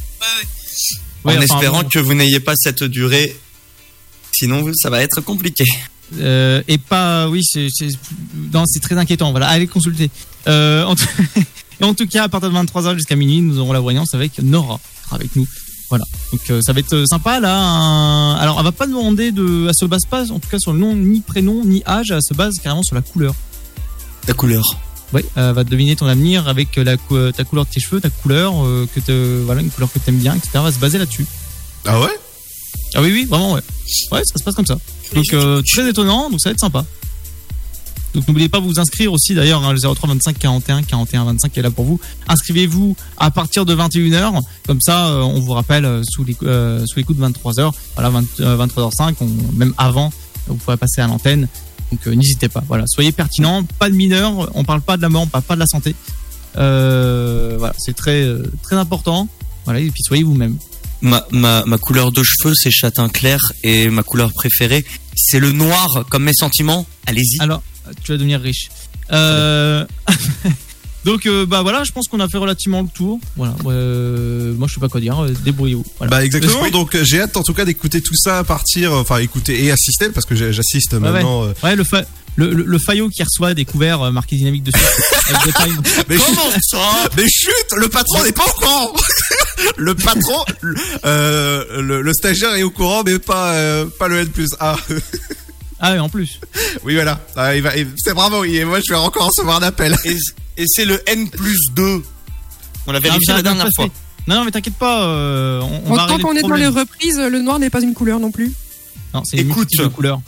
Ouais, en enfin, espérant bon. que vous n'ayez pas cette durée. Sinon, vous- ça va être compliqué. Euh, et pas, oui, c'est, c'est, non, c'est très inquiétant. Voilà, allez consulter. Euh, en, tout, et en tout cas, à partir de vingt-trois heures jusqu'à minuit, nous aurons la voyance avec Nora qui sera avec nous. Voilà, donc euh, ça va être sympa là. un- Alors, elle va pas demander de, elle se base pas, en tout cas sur le nom, ni prénom, ni âge. Elle se base carrément sur la couleur. La couleur. Ouais, elle va deviner ton avenir avec la cou- ta couleur de tes cheveux, ta couleur, euh, que te, voilà, une couleur que t'aimes bien, et cetera. Elle va se baser là-dessus. Ah ouais? Ah oui, oui, vraiment, ouais. Ouais, ça se passe comme ça. Donc, euh, très étonnant, donc ça va être sympa. Donc, n'oubliez pas de vous inscrire aussi, d'ailleurs, hein, le zéro trois vingt-cinq quarante et un quarante et un vingt-cinq est là pour vous. Inscrivez-vous à partir de vingt et une heures. Comme ça, euh, on vous rappelle euh, sous les, euh, sous les coups de vingt-trois heures. Voilà, vingt, euh, vingt-trois heures cinq, on, même avant, vous pourrez passer à l'antenne. Donc, euh, n'hésitez pas. Voilà, soyez pertinents. Pas de mineurs. On parle pas de la mort, on parle pas de la santé. Euh, voilà, c'est très, euh, très important. Voilà, et puis soyez vous-même. Ma, ma, ma couleur de cheveux, c'est châtain clair et ma couleur préférée, c'est le noir comme mes sentiments. Allez-y. Alors, tu vas devenir riche. Euh... Donc, euh, bah voilà, je pense qu'on a fait relativement le tour. Voilà. Euh, moi, je sais pas quoi dire. euh, Débrouillez-vous. Voilà. Bah exactement, Oui. donc euh, j'ai hâte en tout cas d'écouter tout ça à partir, euh, enfin écouter et assister parce que j'ai- j'assiste Ouais, maintenant. ouais. euh, Ouais, le, fa- le, le, le faillot qui reçoit des couverts euh, marqués dynamique dessus. avec des tailles. Mais comment ça? Mais chut, le patron n'est pas au courant. Le patron, euh, le, le stagiaire est au courant, mais pas euh, pas le N plus A. Ah ouais, en plus. Oui voilà, ah, il va, il- c'est bravo. Et moi je vais encore recevoir un appel. Et, et c'est le N plus deux. On l'a Non, vérifié mais la ça va dernière bien fois. se passer. Non, non, mais t'inquiète pas. Euh, on, on va Tant régler qu'on le est dans les problème. reprises, le noir n'est pas une couleur non plus. Non, c'est une Écoute. multitude de couleurs.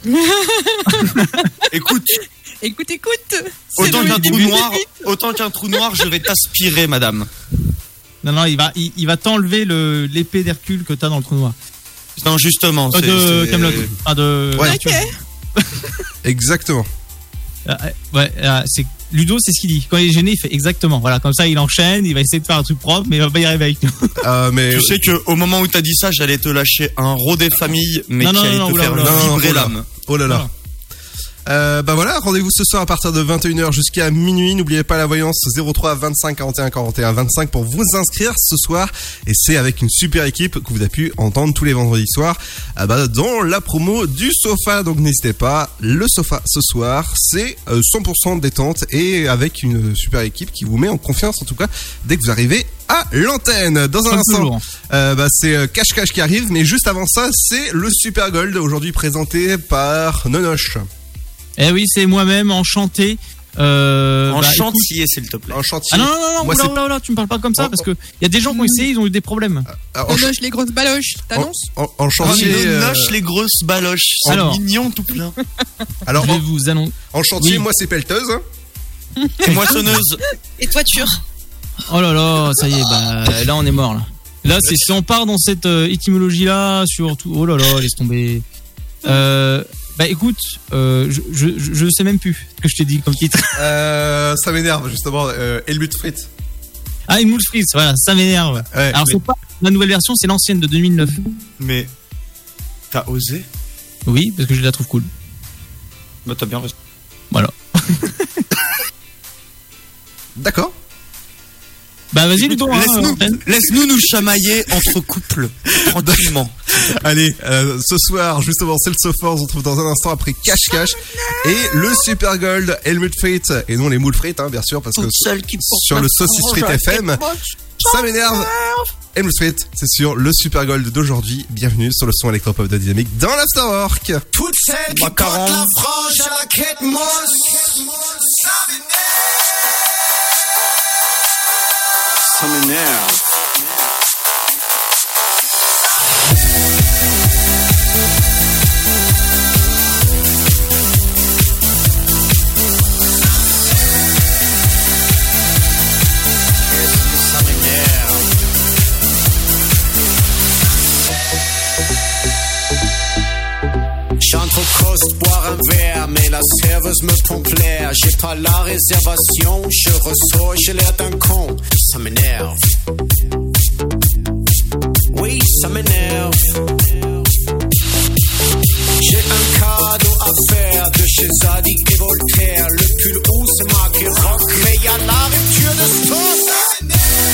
Écoute, Écoute, écoute. c'est autant le qu'un trou début. noir, autant qu'un trou noir, je vais t'aspirer, madame. Non, non, il va, il, il va t'enlever le l'épée d'Hercule que t'as dans le trou noir. Non, justement, Euh, c'est- de c'est- Camelot. Enfin, de. Ouais. tu vois. Exactement. Euh, ouais, euh, c'est Ludo, c'est ce qu'il dit. Quand il est gêné, il fait exactement. Voilà, comme ça, il enchaîne, il va essayer de faire un truc propre, mais il va pas y arriver avec nous. Euh, mais Tu sais que au moment où t'as dit ça, j'allais te lâcher un rot des familles, mais Non, qui non, allait non, te oula, faire oula. Non, vibrer oh là. l'âme. Oh là là. Voilà. Euh, bah voilà, rendez-vous ce soir à partir de vingt et une heures jusqu'à minuit. N'oubliez pas la voyance zéro trois vingt-cinq quarante et un quarante et un vingt-cinq pour vous inscrire ce soir. Et c'est avec une super équipe que vous avez pu entendre tous les vendredis soirs ah bah, dans la promo du sofa. Donc n'hésitez pas, le sofa ce soir, c'est euh, cent pour cent détente et avec une super équipe qui vous met en confiance en tout cas dès que vous arrivez à l'antenne. Dans un Comme instant, toujours. euh, bah, c'est euh, Cache Cache qui arrive, mais juste avant ça, c'est le Super Gold aujourd'hui présenté par Nonoche. Eh oui, c'est moi-même, enchanté. Euh, En bah, chantier, écoute- s'il te plaît. En chantier. Ah non, non, non, Moi, oula, c'est- oula, oula, tu me parles pas comme ça Oh, parce que il y a des gens qui ont essayé, ils ont eu des problèmes. Ah, en, ch- Noche les grosses baloches, t'annonces en, en chantier. Oh, euh, noche les grosses baloches. C'est Alors. mignon tout plein. alors, Je vais en, vous annoncer. en chantier, Oui. moi, c'est pelleteuse. hein. Et moissonneuse. Et toiture. Oh là là, ça y est, bah là on est mort là. Là, c'est si on part dans cette euh, étymologie là sur tout. Oh là là, laisse tomber. Euh, bah écoute, euh, je, je je sais même plus ce que je t'ai dit comme titre. Euh, ça m'énerve, justement. Euh, Helmut Fritz. Ah, une moule frise, voilà, ça m'énerve. Ouais, Alors mais- c'est pas la nouvelle version, c'est l'ancienne de deux mille neuf. Mais t'as osé? Oui, parce que je la trouve cool. Bah t'as bien raison. Voilà. D'accord. Bah vas-y Ludo, hein, Laisse-nous enchaîne. laisse-nous nous chamailler entre couples tranquillement. Allez, euh, ce soir, justement, c'est le Sofa. On se retrouve dans un instant après Cash Cash et le Super Gold Helmut Fritz. Et non les moules frites, hein, bien sûr, parce que Toute seule qui porte sur la le Saucisse frange Frites à F M, ça m'énerve. Helmut Fritz, c'est sur le Super Gold d'aujourd'hui. Bienvenue sur le son électropop de Dynamique dans l'Afterwork. Toutes celles qui Macaron. portent la frange à la quête mosse. Ça m'énerve. Qu'est-ce que ça m'énerve. J'entre au coste boire un verre, mais la serveuse me pompe l'air. J'ai pas la réservation, je ressors, j'ai l'air d'un con. Ça m'énerve. Oui, ça m'énerve. J'ai un cadeau à faire de chez Zadig et Voltaire. Le pull où c'est marqué rock, mais y a la rupture de stock.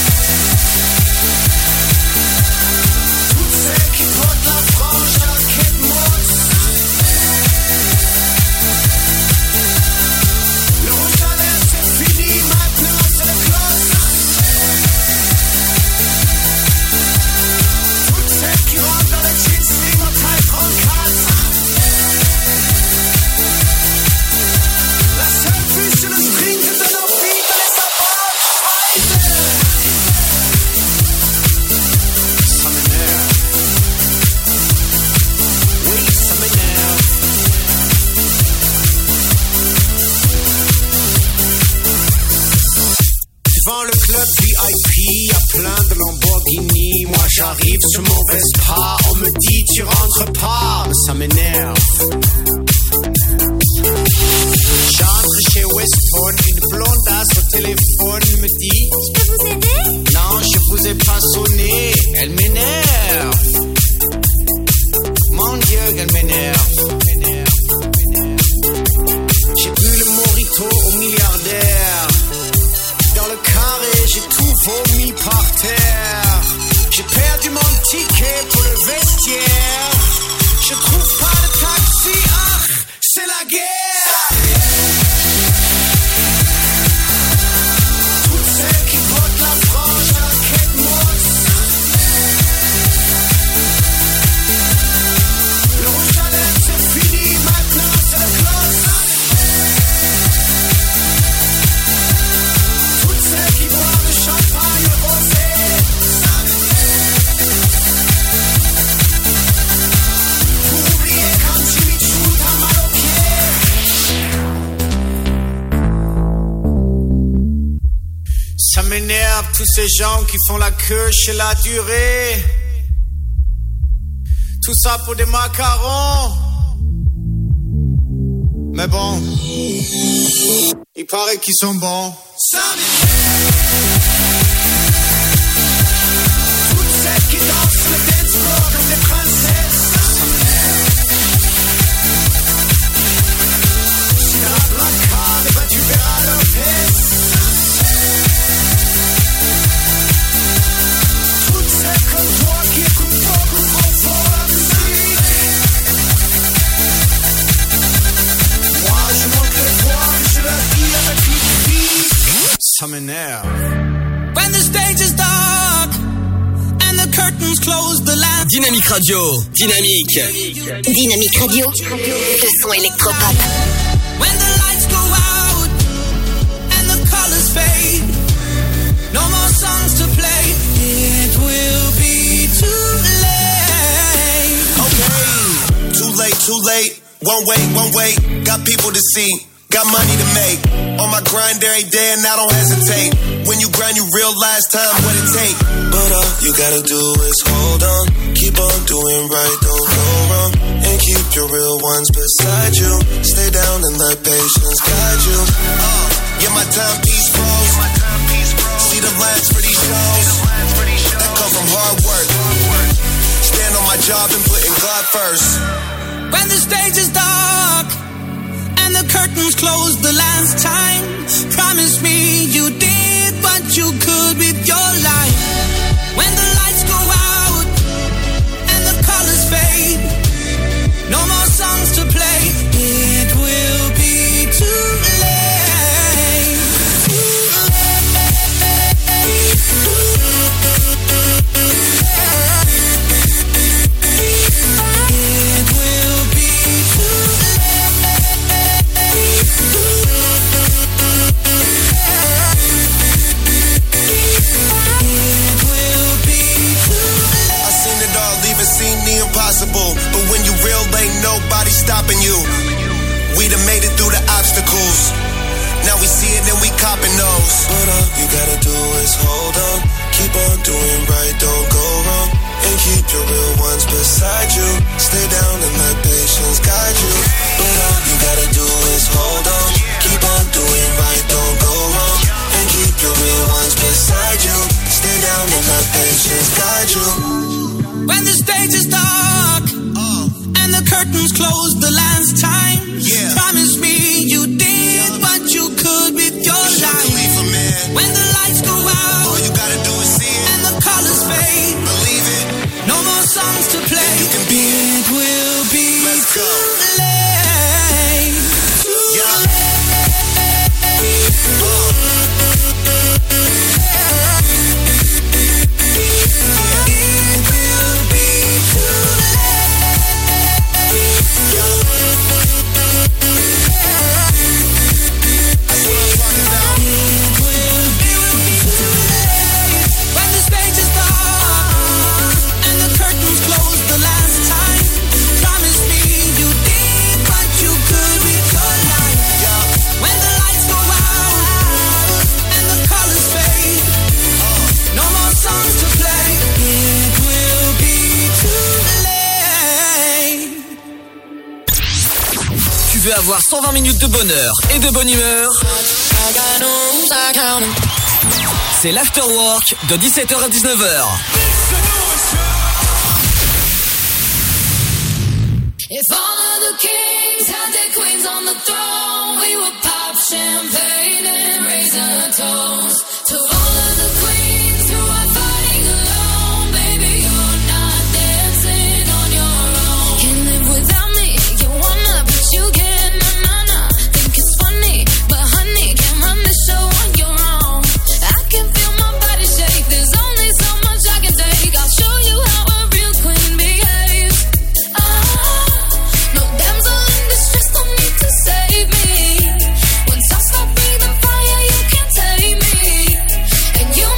Toutes celles qui portent la frange à la quête mosse. Le rouge à lèvres c'est fini, maintenant c'est le close. Toutes celles qui rentrent dans le jean slim en taille trente-quatre. La seule vue sur le string de nos vies, les apports. Ça m'énerve. Oui, ça m'énerve. Devant le club V I P, y'a plein de Lamborghini. Moi j'arrive sur mon Vespa, on me dit tu rentres pas, mais ça m'énerve. J'entre chez Westphone, une blondasse au téléphone me dit je peux vous aider? Non, je vous ai pas sonné, elle m'énerve. Mon Dieu, elle m'énerve. J'ai bu le mojito au milliardaire. Dans le carré, j'ai tout vomi par terre. J'ai perdu mon ticket pour le vestiaire. Je trouve pas de taxi, ah, c'est la guerre. Toutes celles qui portent la frange à la quête mosse. Le rouge à lèvres c'est fini, maintenant c'est le close. Toutes celles qui boivent le champagne rosé. Pour oublier quand Jimmy Choo t'a mal au pied. Ça m'énerve tous ces gens qui font la queue chez la durée. Tout ça pour des macarons. Mais bon, il paraît qu'ils sont bons. Ça toutes celles qui dansent le dance floor comme des princesses. Ça m'énerve. Si dans la placard, eh ben tu verras Lopez. Toutes celles comme toi qui écoutent beaucoup trop fort la musique. Moi je monte les voiles, je la vis avec les filles. Ça m'énerve. When the stage is dark and the curtains close the lamp. Dynamique Radio, Dynamique. Dynamique Radio, le son électropop. When the lights go out colors fade, no more songs to play. It will be too late. Okay, too late, too late. One wait, one wait. Got people to see, got money to make. On my grind every day and I don't hesitate. When you grind, you realize time what it take. But all you gotta do is hold on, keep on doing right, don't go wrong, and keep your real ones beside you. Stay down and let patience guide you. Uh, yeah, my timepiece froze. See the lines for these shows that come from hard work. Stand on my job and putting God first. When the stage is dark and the curtains close the last time, promise me you did what you could with your life. When the lights go out and the colors fade, no more songs to play. It will be too late. Too late. It will be too I seen it all, even seen the impossible. But when you real, ain't nobody stopping you. We done made it through the obstacles. Now we see it and we copping those. But all you gotta do is hold on, keep on doing right, don't go wrong, and keep your real ones beside you. Stay down and let patience guide you. But all you gotta do is hold on, keep on doing right, don't go wrong, and keep your real ones beside you. Stay down and let patience guide you. When the stage is dark uh, and the curtains close the last time, yeah. Promise me you did what you could with your life. When the lights go out, all you gotta do is see it, and the colors fade, believe it. No more songs to play. You can be it. Will be Let's too go. late. Too Yeah. late. Tu veux avoir cent vingt minutes de bonheur et de bonne humeur? C'est l'Afterwork de dix-sept heures à dix-neuf heures. If all of the kings had their queens on the throne, we would pop champagne and raise a toast to all of the queens who are fighting alone. Baby, you're not dancing on your own. Can't live without me, you wanna, but you can't. Na na na, think it's funny, but honey, can't run the show on your own. I can feel my body shake. There's only so much I can take. I'll show you how a real queen behaves. Ah. No damsel in distress, don't need to save me. Once I start breathing fire, you can't take me. And you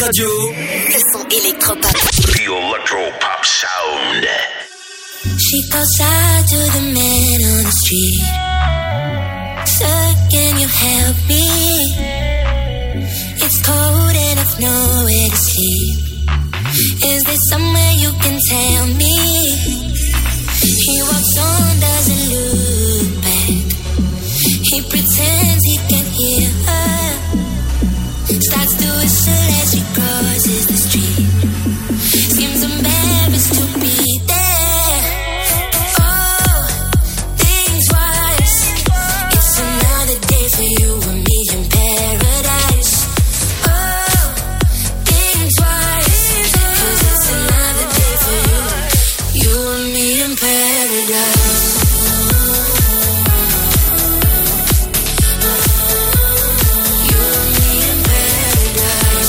radio. Le son électropop. The Electropop Sound. She calls out to the man on the street. Sir, can you help me? It's cold and I've nowhere to sleep. Is there somewhere you can tell me? He walks on, doesn't look back. He pretends he can hear her. Starts to whistle as he crosses the street. Seems embarrassed to be there. Oh, think twice. It's another day for you and me in paradise. Oh, think twice. 'Cause it's another day for you. You and me in paradise. You and me in paradise.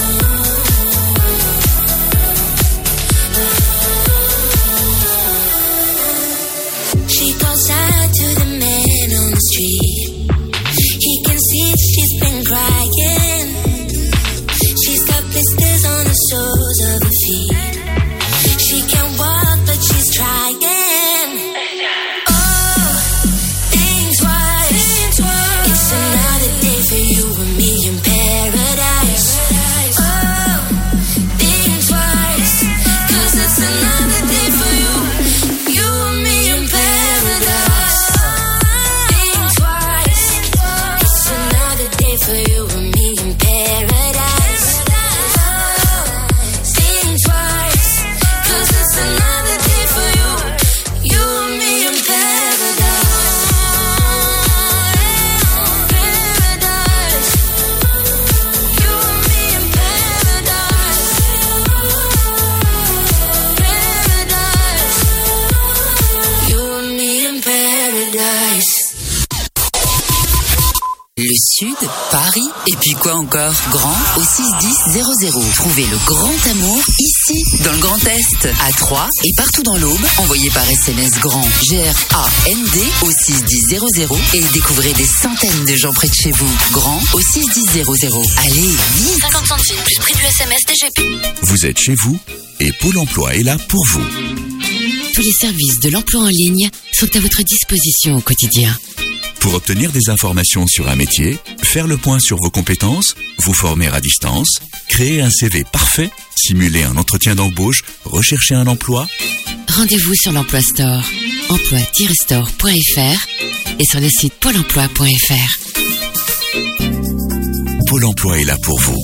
She calls out to the man on the street. He can see she's been crying. She's got blisters on the soles of her feet. She can't walk, but she's trying. Oh, think twice. It's another day for you and me in paradise. Oh, think twice. 'Cause it's another day for you. You and me in paradise. Think twice. It's another day for you and me in paradise. Oh, think twice. 'Cause it's another day for you. You and me in paradise. Paradise. You and me in paradise. Paradise. You and me in paradise. Le Sud, Paris, et puis quoi encore? Grand au six dix zéro zéro. Trouvez le grand amour ici, dans le Grand Est, à Troyes et partout dans l'Aube. Envoyez par S M S grand G R A N D au six dix zéro zéro et découvrez des centaines de gens près de chez vous. Grand au six dix zéro zéro. Allez, vite! cinquante centimes plus prix du S M S D G P. Vous êtes chez vous et Pôle emploi est là pour vous. Tous les services de l'emploi en ligne sont à votre disposition au quotidien. Pour obtenir des informations sur un métier, faire le point sur vos compétences, vous former à distance, créer un C V parfait, simuler un entretien d'embauche, rechercher un emploi. Rendez-vous sur l'Emploi Store, emploi tiret store point f r et sur le site pôle emploi point f r. Pôle emploi est là pour vous.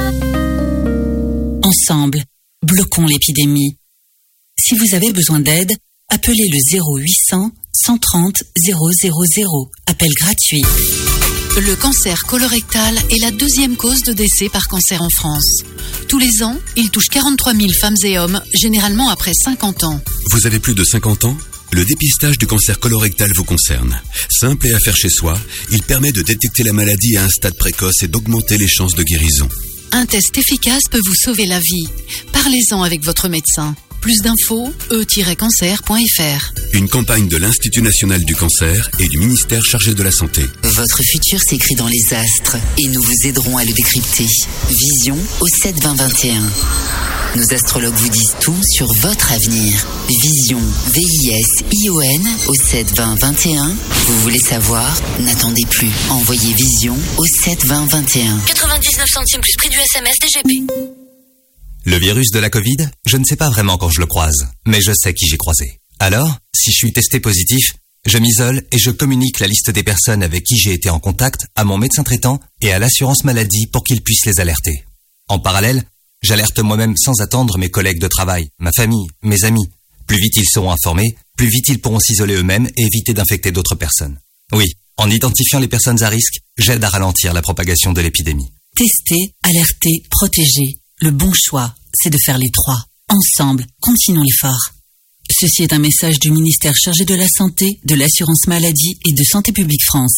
Ensemble, bloquons l'épidémie. Si vous avez besoin d'aide, appelez le zéro huit cents cent trente zéro zéro zéro. Appel gratuit. Le cancer colorectal est la deuxième cause de décès par cancer en France. Tous les ans, il touche quarante-trois mille femmes et hommes, généralement après cinquante ans. Vous avez plus de cinquante ans ? Le dépistage du cancer colorectal vous concerne. Simple et à faire chez soi, il permet de détecter la maladie à un stade précoce et d'augmenter les chances de guérison. Un test efficace peut vous sauver la vie. Parlez-en avec votre médecin. Plus d'infos, e tiret cancer point f r. Une campagne de l'Institut national du cancer et du ministère chargé de la santé. Votre futur s'écrit dans les astres et nous vous aiderons à le décrypter. Vision au sept vingt vingt et un. Nos astrologues vous disent tout sur votre avenir. Vision, V I S I O N au sept vingt vingt et un. Vous voulez savoir? N'attendez plus. Envoyez Vision au sept vingt vingt et un. quatre-vingt-dix-neuf centimes plus prix du S M S D G P. Le virus de la Covid, je ne sais pas vraiment quand je le croise, mais je sais qui j'ai croisé. Alors, si je suis testé positif, je m'isole et je communique la liste des personnes avec qui j'ai été en contact à mon médecin traitant et à l'assurance maladie pour qu'ils puissent les alerter. En parallèle, j'alerte moi-même sans attendre mes collègues de travail, ma famille, mes amis. Plus vite ils seront informés, plus vite ils pourront s'isoler eux-mêmes et éviter d'infecter d'autres personnes. Oui, en identifiant les personnes à risque, j'aide à ralentir la propagation de l'épidémie. Tester, alerter, protéger. Le bon choix, c'est de faire les trois. Ensemble, continuons l'effort. Ceci est un message du ministère chargé de la Santé, de l'Assurance Maladie et de Santé Publique France.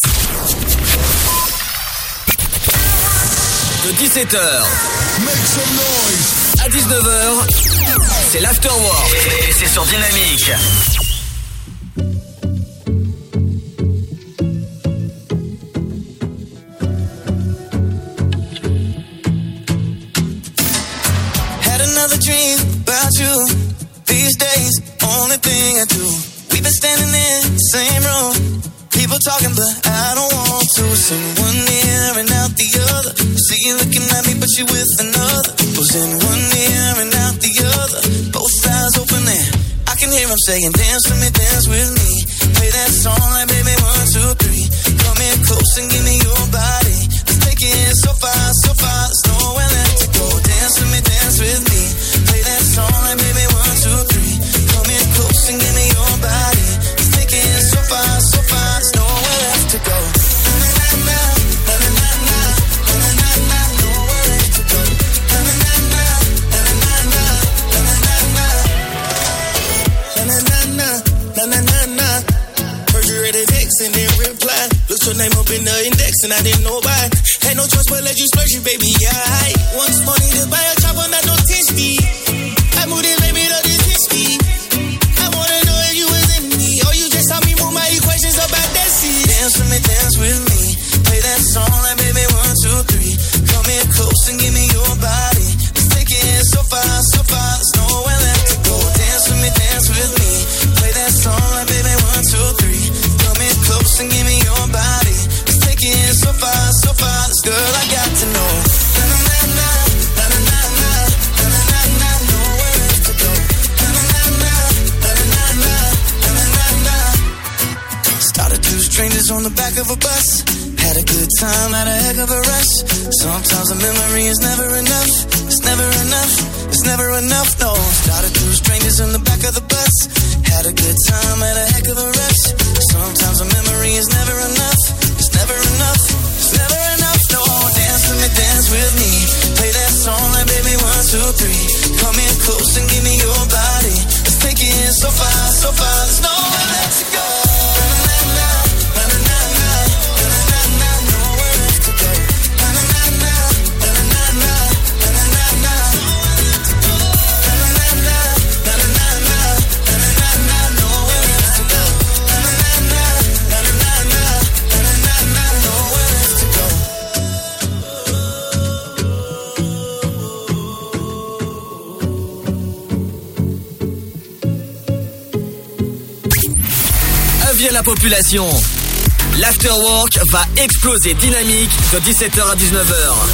De dix-sept heures à dix-neuf heures, c'est l'Afterwork et c'est sur Dynamique. saying dance with me, dance with me. Play that song like baby one, two, three. Come in close and give me your body. Let's take it so far, so far, there's nowhere left to go. Dance with me, dance with me. Play that song like baby one, two, three. Come in close and give me your body. Let's take it so far, so far, there's nowhere left to go. And then reply. Looked your name up in the index and I didn't know why. Had no choice but let you splurge you, baby, yeah. Once money to buy a chopper, not no ten speed. I moved it, baby, to this ten speed. I wanna know if you was in me, or you just saw me move my equations about that seat. Dance with me, dance with me. Play that song like baby one, two, three. Come in close and give me your body. Let's take it so far, so far, there's nowhere left to go. Dance with me, dance with me. Play that song like baby one, two, three. Close and give me your body. Let's take it so far, so far. This girl I got to know. Na na na na, na na na na, na na na na. Nowhere left to go. Na na na na, na na na na, na na na na. Started two strangers on the back of a bus. Had a good time, had a heck of a rush. Sometimes a memory is never enough. It's never enough. It's never enough. No. Started two strangers in the back of the bus. Had a good time, had a heck of a rush. Sometimes a memory is never enough. It's never enough. It's never enough. No, dance with me, dance with me. Play that song like baby one, two, three. Come in close and give me your body. Let's take it so far, so far. There's nowhere left to go. Avis à la population, l'afterwork va exploser dynamique de dix-sept heures à dix-neuf heures.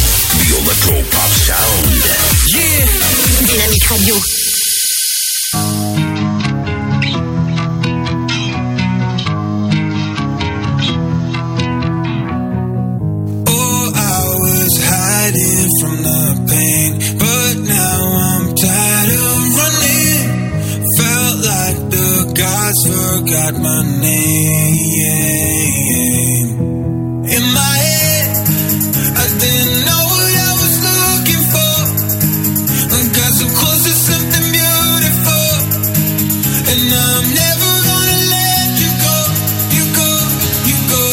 Electro Pop Sound. Yeah. Dynamique Radio. forgot my name. In my head, I didn't know what I was looking for. I got so close to something beautiful, and I'm never gonna let you go, you go, you go.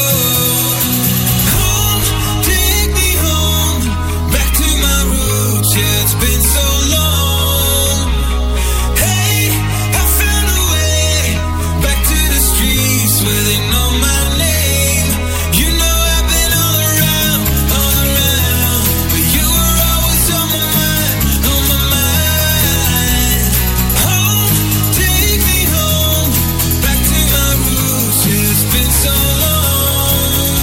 Home, take me home, back to my roots. Yeah, it's been so long. Hey, I found a way back to the streets where they know my name. You know I've been all around, all around, but you were always on my mind, on my mind. Home, take me home, back to my roots. Yeah, it's been so long.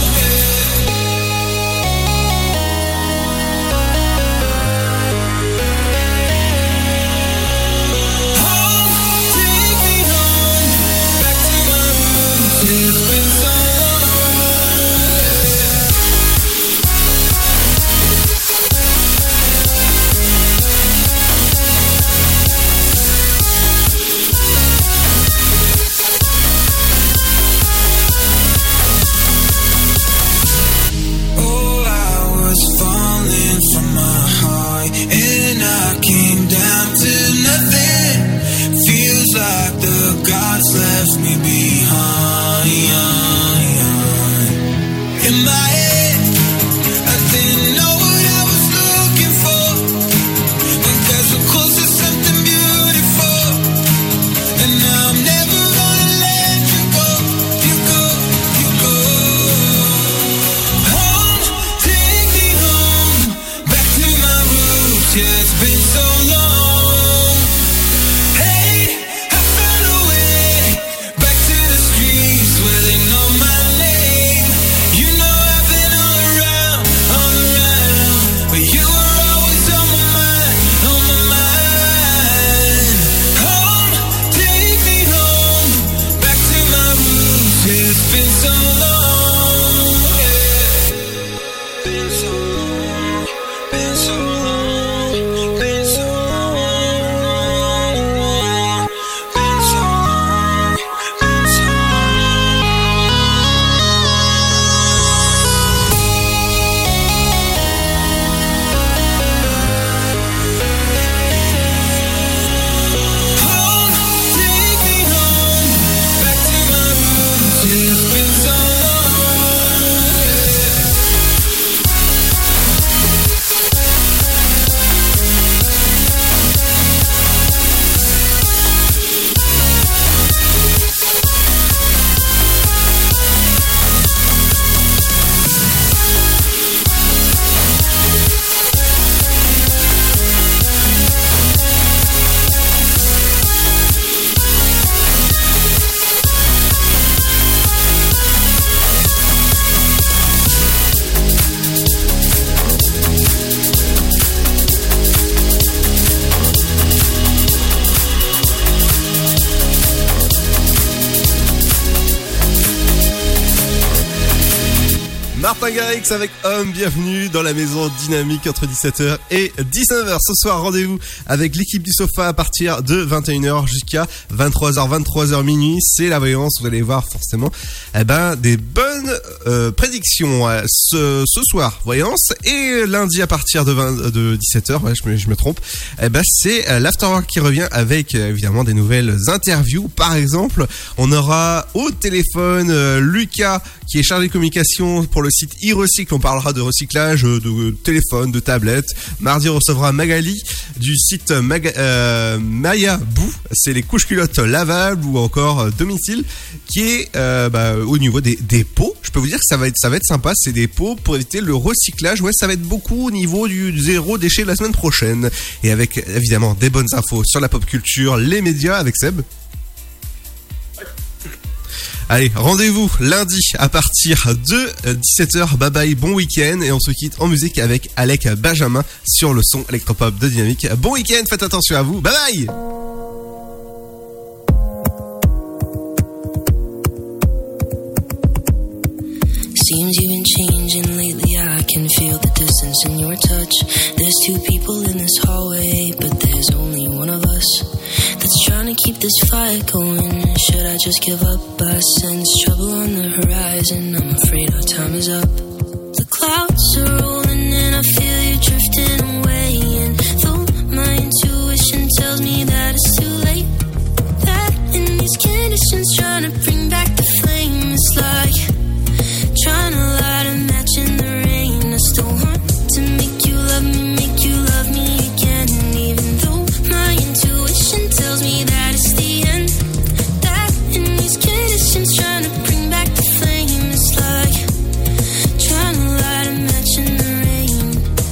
Home, take me home, back to my roots. Yeah, it's been so long. Oh, I was falling from my high, and I came down to nothing. Feels like the gods left me behind. In my head, I didn't know what I was looking for. I got so close to something beautiful, and now I'm never gonna let you go, you go, you go. Home, take me home, back to my roots. Yeah, it's been so long. Hey, I found a way back to the streets where they know my name. You know I've been all around, all around, but you were always on my mind, on my mind. Home, take me home, back to my roots. Yeah, it's been so long. Yeah. Been so long, been so long, been so long, been so long, been so Home, take me home, back to my roots. Yeah, it's been so Martin Garrix avec Homme, bienvenue dans la maison dynamique entre dix-sept heures et dix-neuf heures. Ce soir, rendez-vous avec l'équipe du sofa à partir de vingt et une heures jusqu'à vingt-trois heures, vingt-trois heures minuit. C'est la voyance, vous allez voir forcément eh ben, des bonnes euh, prédictions euh, ce, ce soir, voyance. Et lundi à partir de, vingt, de dix-sept heures, ouais, je, me, je me trompe, eh ben, c'est euh, l'Afterwork qui revient avec euh, évidemment des nouvelles interviews. Par exemple, on aura au téléphone euh, Lucas qui est chargé de communication pour le site e-recycle. On parlera de recyclage de téléphone, de tablettes. Mardi, on recevra Magali du site Maga, euh, Maya Bou. C'est les couches culottes lavables ou encore euh, domicile qui est euh, bah, au niveau des, des pots. Je peux vous dire que ça va être, ça va être sympa. C'est des pots pour éviter le recyclage. Ouais, ça va être beaucoup au niveau du zéro déchet la semaine prochaine. Et avec évidemment des bonnes infos sur la pop culture, les médias avec Seb. Allez, rendez-vous lundi à partir de dix-sept heures. Bye bye, bon week-end. Et on se quitte en musique avec Alec Benjamin sur le son électropop de Dynamique. Bon week-end, faites attention à vous. Bye bye. Seems you've been changing lately, I can feel the distance in your touch. There's two people in this hallway, but there's only one of us that's trying to keep this fire going. should I just give up? I sense trouble on the horizon. I'm afraid our time is up. The clouds are rolling and I feel you drifting away. And though my intuition tells me that it's too late, that in these conditions trying to bring back the flame, it's like trying to light a match in the rain. I still want to make you love me, make you love me again. Even though my intuition tells me that it's the end, that in these conditions trying to bring back the flame, it's like trying to light a match in the rain.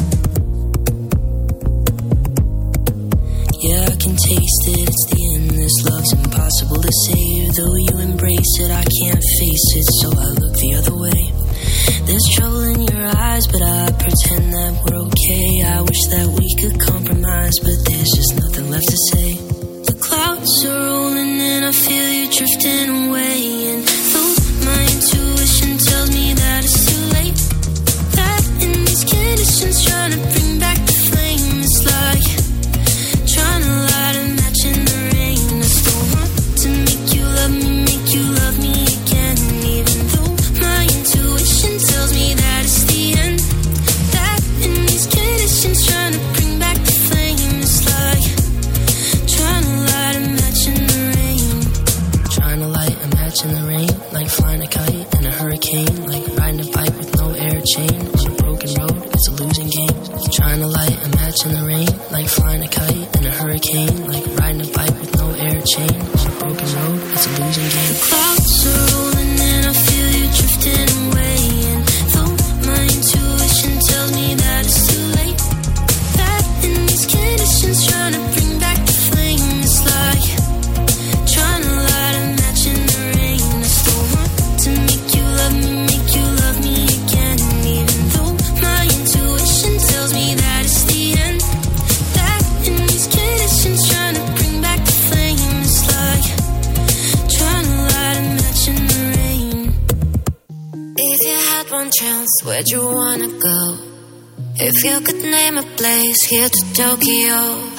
Yeah, I can taste it, it's the end. This love's impossible to save. Though you embrace it, I can't face it, so I look the other way. There's trouble in your eyes, but I pretend that we're okay. I wish that we could compromise, but there's just nothing left to say. The clouds are rolling and I feel you drifting away. And though my intuition tells me that it's too late, that in these conditions trying to bring back the flame, it's like trying to light a match in the rain. I still want to make you love me, make you love me again. Even though my intuition tells me that it's the end, that in these conditions trying to bring back the flame, it's like trying to light a match in the rain. Trying to light a match in the rain, like flying a kite in a hurricane, like riding a bike with no air chain. On a broken road, it's a losing game. Trying to light a match in the rain, like flying a kite in a hurricane, like riding a bike with no air chain. On a broken road, it's a losing game. Clouds are rolling and I feel you drifting away. And though my intuition tells me that it's too late, that in these conditions trying to bring back the flame, it's like trying to light a match in the rain. I still want to make you love me, make you love me again. Even though my intuition tells me that it's the end, that in these conditions trying to bring back the flame, it's like trying to light a match in the rain. If you had one chance, where'd you wanna go? If you could name a place, here to Tokyo.